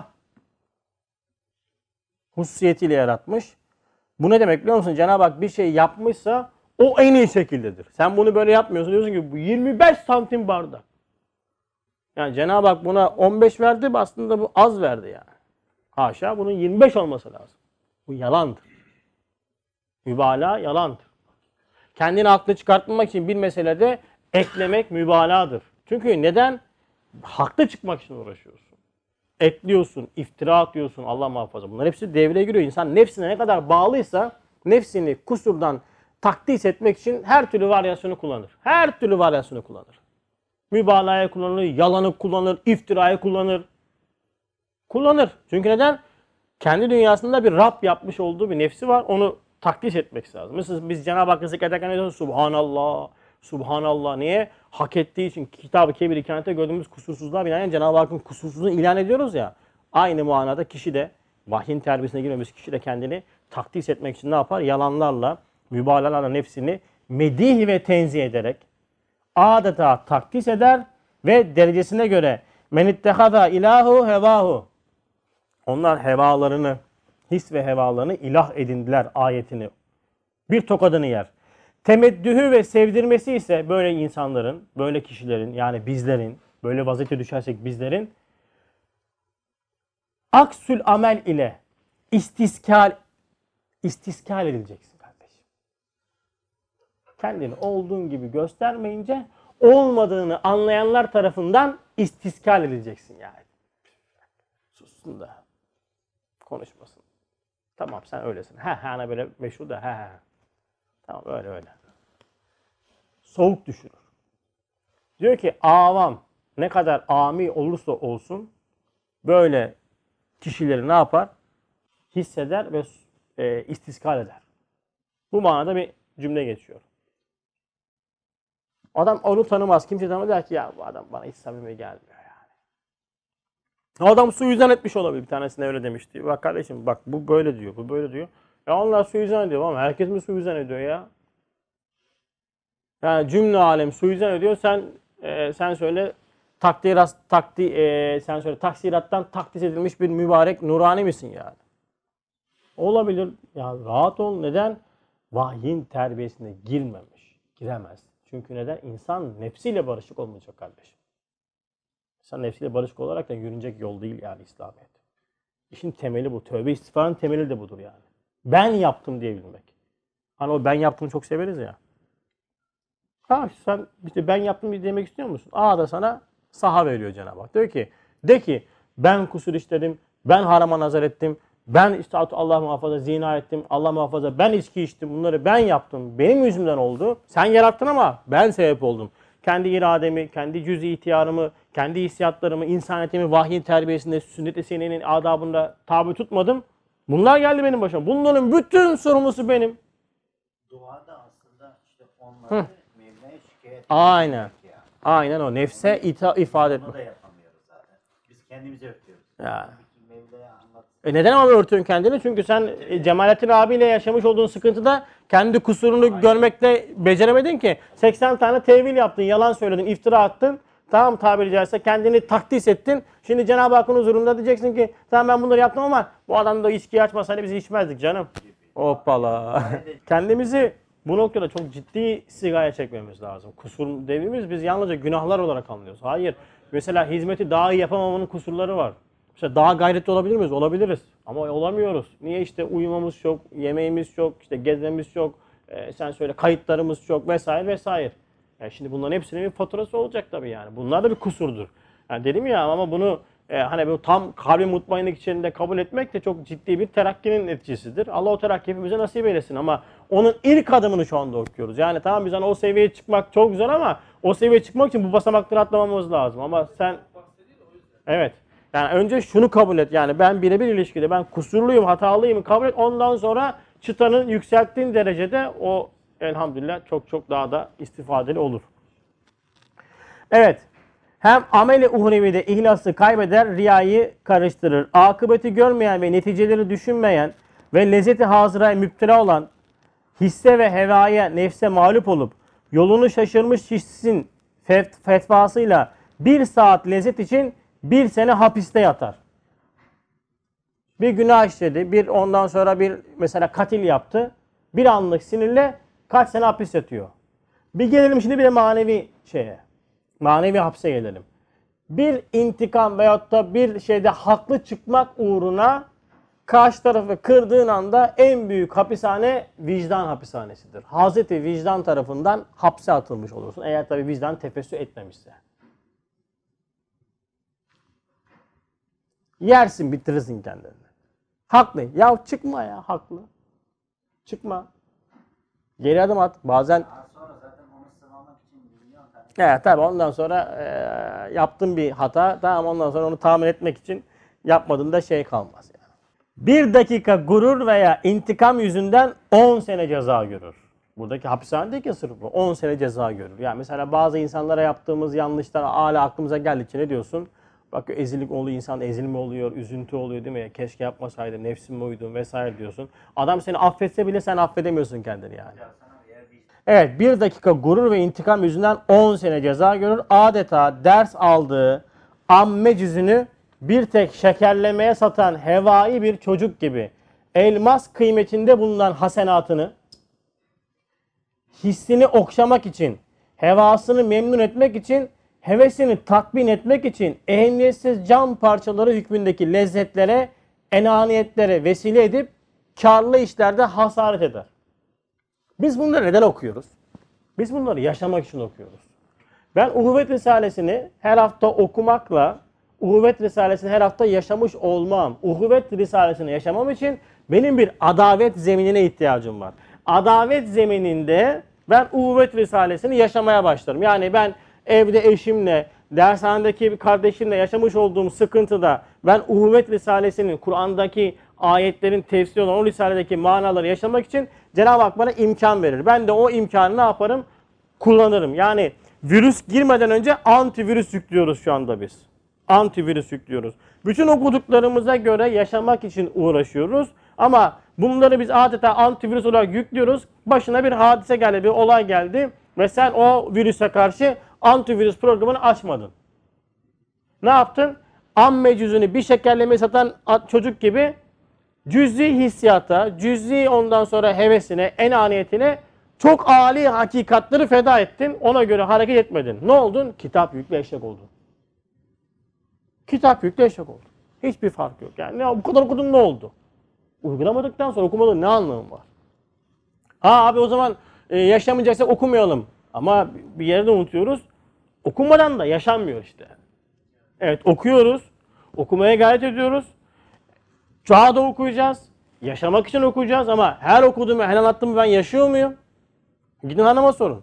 hususiyetiyle yaratmış. Bu ne demek biliyor musun? Cenab-ı Hak bir şey yapmışsa o en iyi şekildedir. Sen bunu böyle yapmıyorsun. Diyorsun ki bu 25 santim bardak. Yani Cenab-ı Hak buna 15 verdi aslında bu az verdi yani. Haşa bunun 25 olması lazım. Bu yalandır. Mübalağa yalandır. Kendini haklı çıkartmak için bir meselede eklemek mübalağadır. Çünkü neden? Haklı çıkmak için uğraşıyorsun. Ekliyorsun, iftira atıyorsun, Allah muhafaza. Bunlar hepsi devreye giriyor. İnsan nefsine ne kadar bağlıysa nefsini kusurdan takdis etmek için her türlü varyasyonu kullanır. Her türlü varyasyonu kullanır. Mübalağaya kullanır, yalanı kullanır, iftirayı kullanır. Kullanır. Çünkü neden? Kendi dünyasında bir Rab yapmış olduğu bir nefsi var. Onu takdis etmek lazım. Mesela biz Cenab-ı Hakk'ı zikrederken ne diyoruz? Subhanallah, Subhanallah. Niye? Hak ettiği için Kitab-ı Kebir-i Kânet'te gördüğümüz kusursuzluğa binaen Cenab-ı Hakk'ın kusursuzluğunu ilan ediyoruz ya. Aynı manada kişi de vahyin terbiyesine girmemiş kişi de kendini takdis etmek için ne yapar? Yalanlarla, mübalağalarla nefsini medih ve tenzih ederek adeta takdis eder ve derecesine göre men ittehada ilahu hevahu. Onlar hevalarını, his ve hevalarını ilah edindiler ayetini. Bir tokadını yer. Temeddühü ve sevdirmesi ise böyle insanların, böyle kişilerin yani bizlerin, böyle vaziyete düşersek bizlerin aksül amel ile istiskal edileceksin kardeşim. Kendini olduğun gibi göstermeyince olmadığını anlayanlar tarafından istiskal edileceksin yani. Sussun da. Konuşmasın. Tamam sen öylesin. Hani böyle meşhur da he. Tamam öyle. Soğuk düşürür. Diyor ki avam ne kadar ami olursa olsun böyle kişileri ne yapar? Hisseder ve istiskal eder. Bu manada bir cümle geçiyor. Adam onu tanımaz. Kimse tanımaz der ki ya bu adam bana hiç samimi gelmiyor yani. O adam suizan etmiş olabilir. Bir tanesine öyle demişti. Bak kardeşim bak bu böyle diyor. Bu böyle diyor. Ya onlar suizan ediyor ama herkes mi suizan ediyor ya? Yani cümle alem suizan ediyor. Sen söyle sen söyle taksirattan takdis edilmiş bir mübarek nurani misin yani? Olabilir. Ya rahat ol. Neden? Vahyin terbiyesine giremez. Çünkü neden? İnsan nefsiyle barışık olmayacak kardeşim. İnsan nefsiyle barışık olarak da yürünecek yol değil yani İslamiyet. İşin temeli bu. Tövbe istiğfarın temeli de budur yani. Ben yaptım diyebilmek. Hani o ben yaptım çok severiz ya. Ha sen işte ben yaptım demek istiyor musun? Da sana saha veriyor Cenab-ı Hak. Diyor ki de ki ben kusur işledim, ben harama nazar ettim, ben işte Allah muhafaza zina ettim, Allah muhafaza ben içki içtim, bunları ben yaptım, benim yüzümden oldu. Sen yarattın ama ben sebep oldum. Kendi irademi, kendi cüz-i ihtiyarımı, kendi hissiyatlarımı, insaniyetimi vahyin terbiyesinde, sünnet-i seniyyenin adabında tabi tutmadım. Bunlar geldi benim başıma. Bunların bütün sorumlusu benim. Dua da aslında işte onları Mevla'ya şikayet Aynen. etmek yani. Aynen o. Nefse ifade etme. Onu da yapamıyoruz zaten. Biz kendimize öpüyoruz. Ya. Mevla'ya anlat. Neden ama örtüyorsun kendini? Çünkü sen Cemalettin abiyle yaşamış olduğun sıkıntıda kendi kusurunu görmekte beceremedin ki. 80 tane tevil yaptın, yalan söyledin, iftira attın. Tamam tabiri caizse kendini takdis ettin. Şimdi Cenab-ı Hakk'ın huzurunda diyeceksin ki tamam ben bunları yaptım ama bu adam da içkiyi açmasaydı biz içmezdik canım. Hoppala. Kendimizi bu noktada çok ciddi sigaya çekmemiz lazım. Kusur dediğimiz biz yalnızca günahlar olarak anlıyoruz. Hayır. Mesela hizmeti daha iyi yapamamanın kusurları var. Mesela daha gayretli olabilir miyiz? Olabiliriz. Ama olamıyoruz. Niye? İşte uyumamız çok, yemeğimiz çok, işte gezmemiz çok, sen söyle kayıtlarımız çok vesaire vesaire. Yani şimdi bunların hepsinin bir faturası olacak tabii yani. Bunlar da bir kusurdur. Yani dedim ya ama bunu hani bu tam kalbi mutmainlik içinde kabul etmek de çok ciddi bir terakkinin neticesidir. Allah o terakki hepimize nasip eylesin ama onun ilk adımını şu anda okuyoruz. Yani tamam biz hani o seviyeye çıkmak çok güzel ama o seviyeye çıkmak için bu basamakları atlamamız lazım. Ama sen evet. Yani önce şunu kabul et. Yani ben birebir ilişkide ben kusurluyum, hatalıyım kabul et. Ondan sonra çıtanın yükselttiğin derecede o elhamdülillah çok daha da istifadeli olur. Evet. Hem ameli uhrevide ihlası kaybeder, riyayı karıştırır. Akıbeti görmeyen ve neticeleri düşünmeyen ve lezzeti hazıraya müptela olan hisse ve hevaya, nefse mağlup olup yolunu şaşırmış kişinin fetvasıyla 1 saat lezzet için 1 sene hapiste yatar. Bir günah işledi, ondan sonra bir mesela katil yaptı. Bir anlık sinirle kaç sene hapis yatıyor. Bir gelelim şimdi bir de manevi şeye. Manevi hapse gelelim. Bir intikam veyahut da bir şeyde haklı çıkmak uğruna karşı tarafı kırdığın anda en büyük hapishane vicdan hapishanesidir. Hazreti vicdan tarafından hapse atılmış olursun. Eğer tabi vicdan tefessü etmemişse. Yersin bitirirsin kendini. Haklı. Ya çıkma ya haklı. Çıkma. Geri adım at. Bazen Sonra zaten onu sınavmak için milyon tane. evet tabi ondan sonra yaptığın bir hata tamam ondan sonra onu tahmin etmek için yapmadığında şey kalmaz yani. 1 dakika gurur veya intikam yüzünden 10 sene ceza görür. Buradaki hapishane değil ki sırf bu. 10 sene ceza görür. Yani mesela bazı insanlara yaptığımız yanlışlar hala aklımıza geldikçe ne diyorsun? Bak ezilik oluyor, insan ezilme oluyor, üzüntü oluyor değil mi? Keşke yapmasaydı, nefsim uydum vesaire diyorsun. Adam seni affetse bile sen affedemiyorsun kendini yani. Evet 1 dakika gurur ve intikam yüzünden 10 sene ceza görür. Adeta ders aldığı amme cüzünü bir tek şekerlemeye satan hevai bir çocuk gibi elmas kıymetinde bulunan hasenatını hissini okşamak için, hevasını memnun etmek için, hevesini tatmin etmek için ehemmiyetsiz cam parçaları hükmündeki lezzetlere, enaniyetlere vesile edip karlı işlerde hasaret eder. Biz bunları neden okuyoruz? Biz bunları yaşamak için okuyoruz. Ben Uhuvvet Risalesini her hafta okumakla Uhuvvet Risalesi'ni her hafta yaşamış olmam. Uhuvvet Risalesi'ni yaşamam için benim bir adavet zeminine ihtiyacım var. Adavet zemininde ben Uhuvvet Risalesi'ni yaşamaya başlarım. Yani ben evde eşimle, dershanedeki bir kardeşimle yaşamış olduğum sıkıntıda ben Uhuvvet Risalesi'nin, Kur'an'daki ayetlerin tefsiri olan o Risale'deki manaları yaşamak için Cenab-ı Hak bana imkan verir. Ben de o imkanı ne yaparım? Kullanırım. Yani virüs girmeden önce antivirüs yüklüyoruz şu anda biz. Antivirüs yüklüyoruz. Bütün okuduklarımıza göre yaşamak için uğraşıyoruz. Ama bunları biz adeta antivirüs olarak yüklüyoruz. Başına bir hadise geldi, bir olay geldi ve sen o virüse karşı antivirüs programını açmadın. Ne yaptın? Amme cüzünü bir şekerleme satan çocuk gibi cüz'i hissiyata, cüz'i ondan sonra hevesine, enaniyetine çok âli hakikatleri feda ettin. Ona göre hareket etmedin. Ne oldun? Kitap yüklü eşek oldun. Kitap yüklü eşek oldun. Hiçbir fark yok. Yani bu kadar okudun ne oldu? Uygulamadıktan sonra okumanın ne anlamı var? Ha abi o zaman yaşamayacaksak okumayalım. Ama bir yerde unutuyoruz. Okumadan da yaşanmıyor işte. Evet okuyoruz. Okumaya gayret ediyoruz. Çoğu da okuyacağız. Yaşamak için okuyacağız ama her okuduğumu, her anlattığımı ben yaşıyor muyum? Gidin hanıma sorun.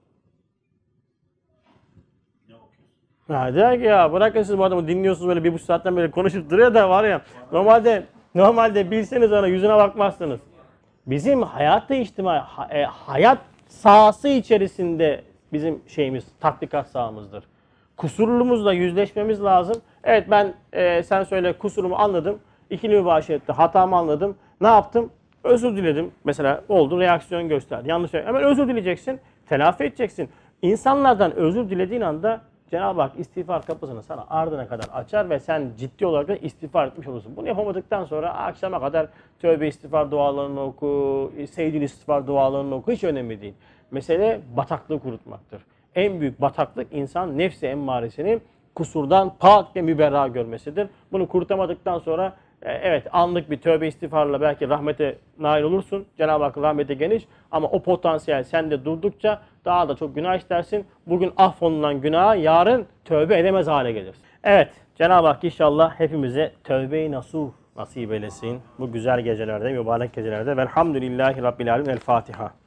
Ha, der ki ya bırakın siz bu adamı dinliyorsunuz böyle 1,5 saatten beri konuşup duruyor da var ya normalde bilseniz ona yüzüne bakmazsınız. Bizim hayatta hayat sahası içerisinde bizim şeyimiz tatbikat sahamızdır. Kusurumuzla yüzleşmemiz lazım. Evet ben sen söyle kusurumu anladım. İkili mübaşirette hatamı anladım. Ne yaptım? Özür diledim. Mesela oldu reaksiyon gösterdi. Yanlış hemen özür dileyeceksin. Telafi edeceksin. İnsanlardan özür dilediğin anda Cenab-ı Hak istiğfar kapısını sana ardına kadar açar ve sen ciddi olarak da istiğfar etmiş olursun. Bunu yapamadıktan sonra akşama kadar tövbe istiğfar dualarını oku, seyyidül istiğfar dualarını oku hiç önemli değil. Mesele bataklığı kurutmaktır. En büyük bataklık insan nefsi emmaresini kusurdan pak ve müberra görmesidir. Bunu kurutamadıktan sonra evet anlık bir tövbe istiğfarla belki rahmete nail olursun. Cenab-ı Hak rahmete geniş ama o potansiyel sende durdukça daha da çok günah işlersin. Bugün affolunan günaha yarın tövbe edemez hale gelirsin. Evet Cenab-ı Hak inşallah hepimize tövbe-i nasuh nasip eylesin. Bu güzel gecelerde, mübarek gecelerde. Velhamdülillahi Rabbil Alemin. El Fatiha.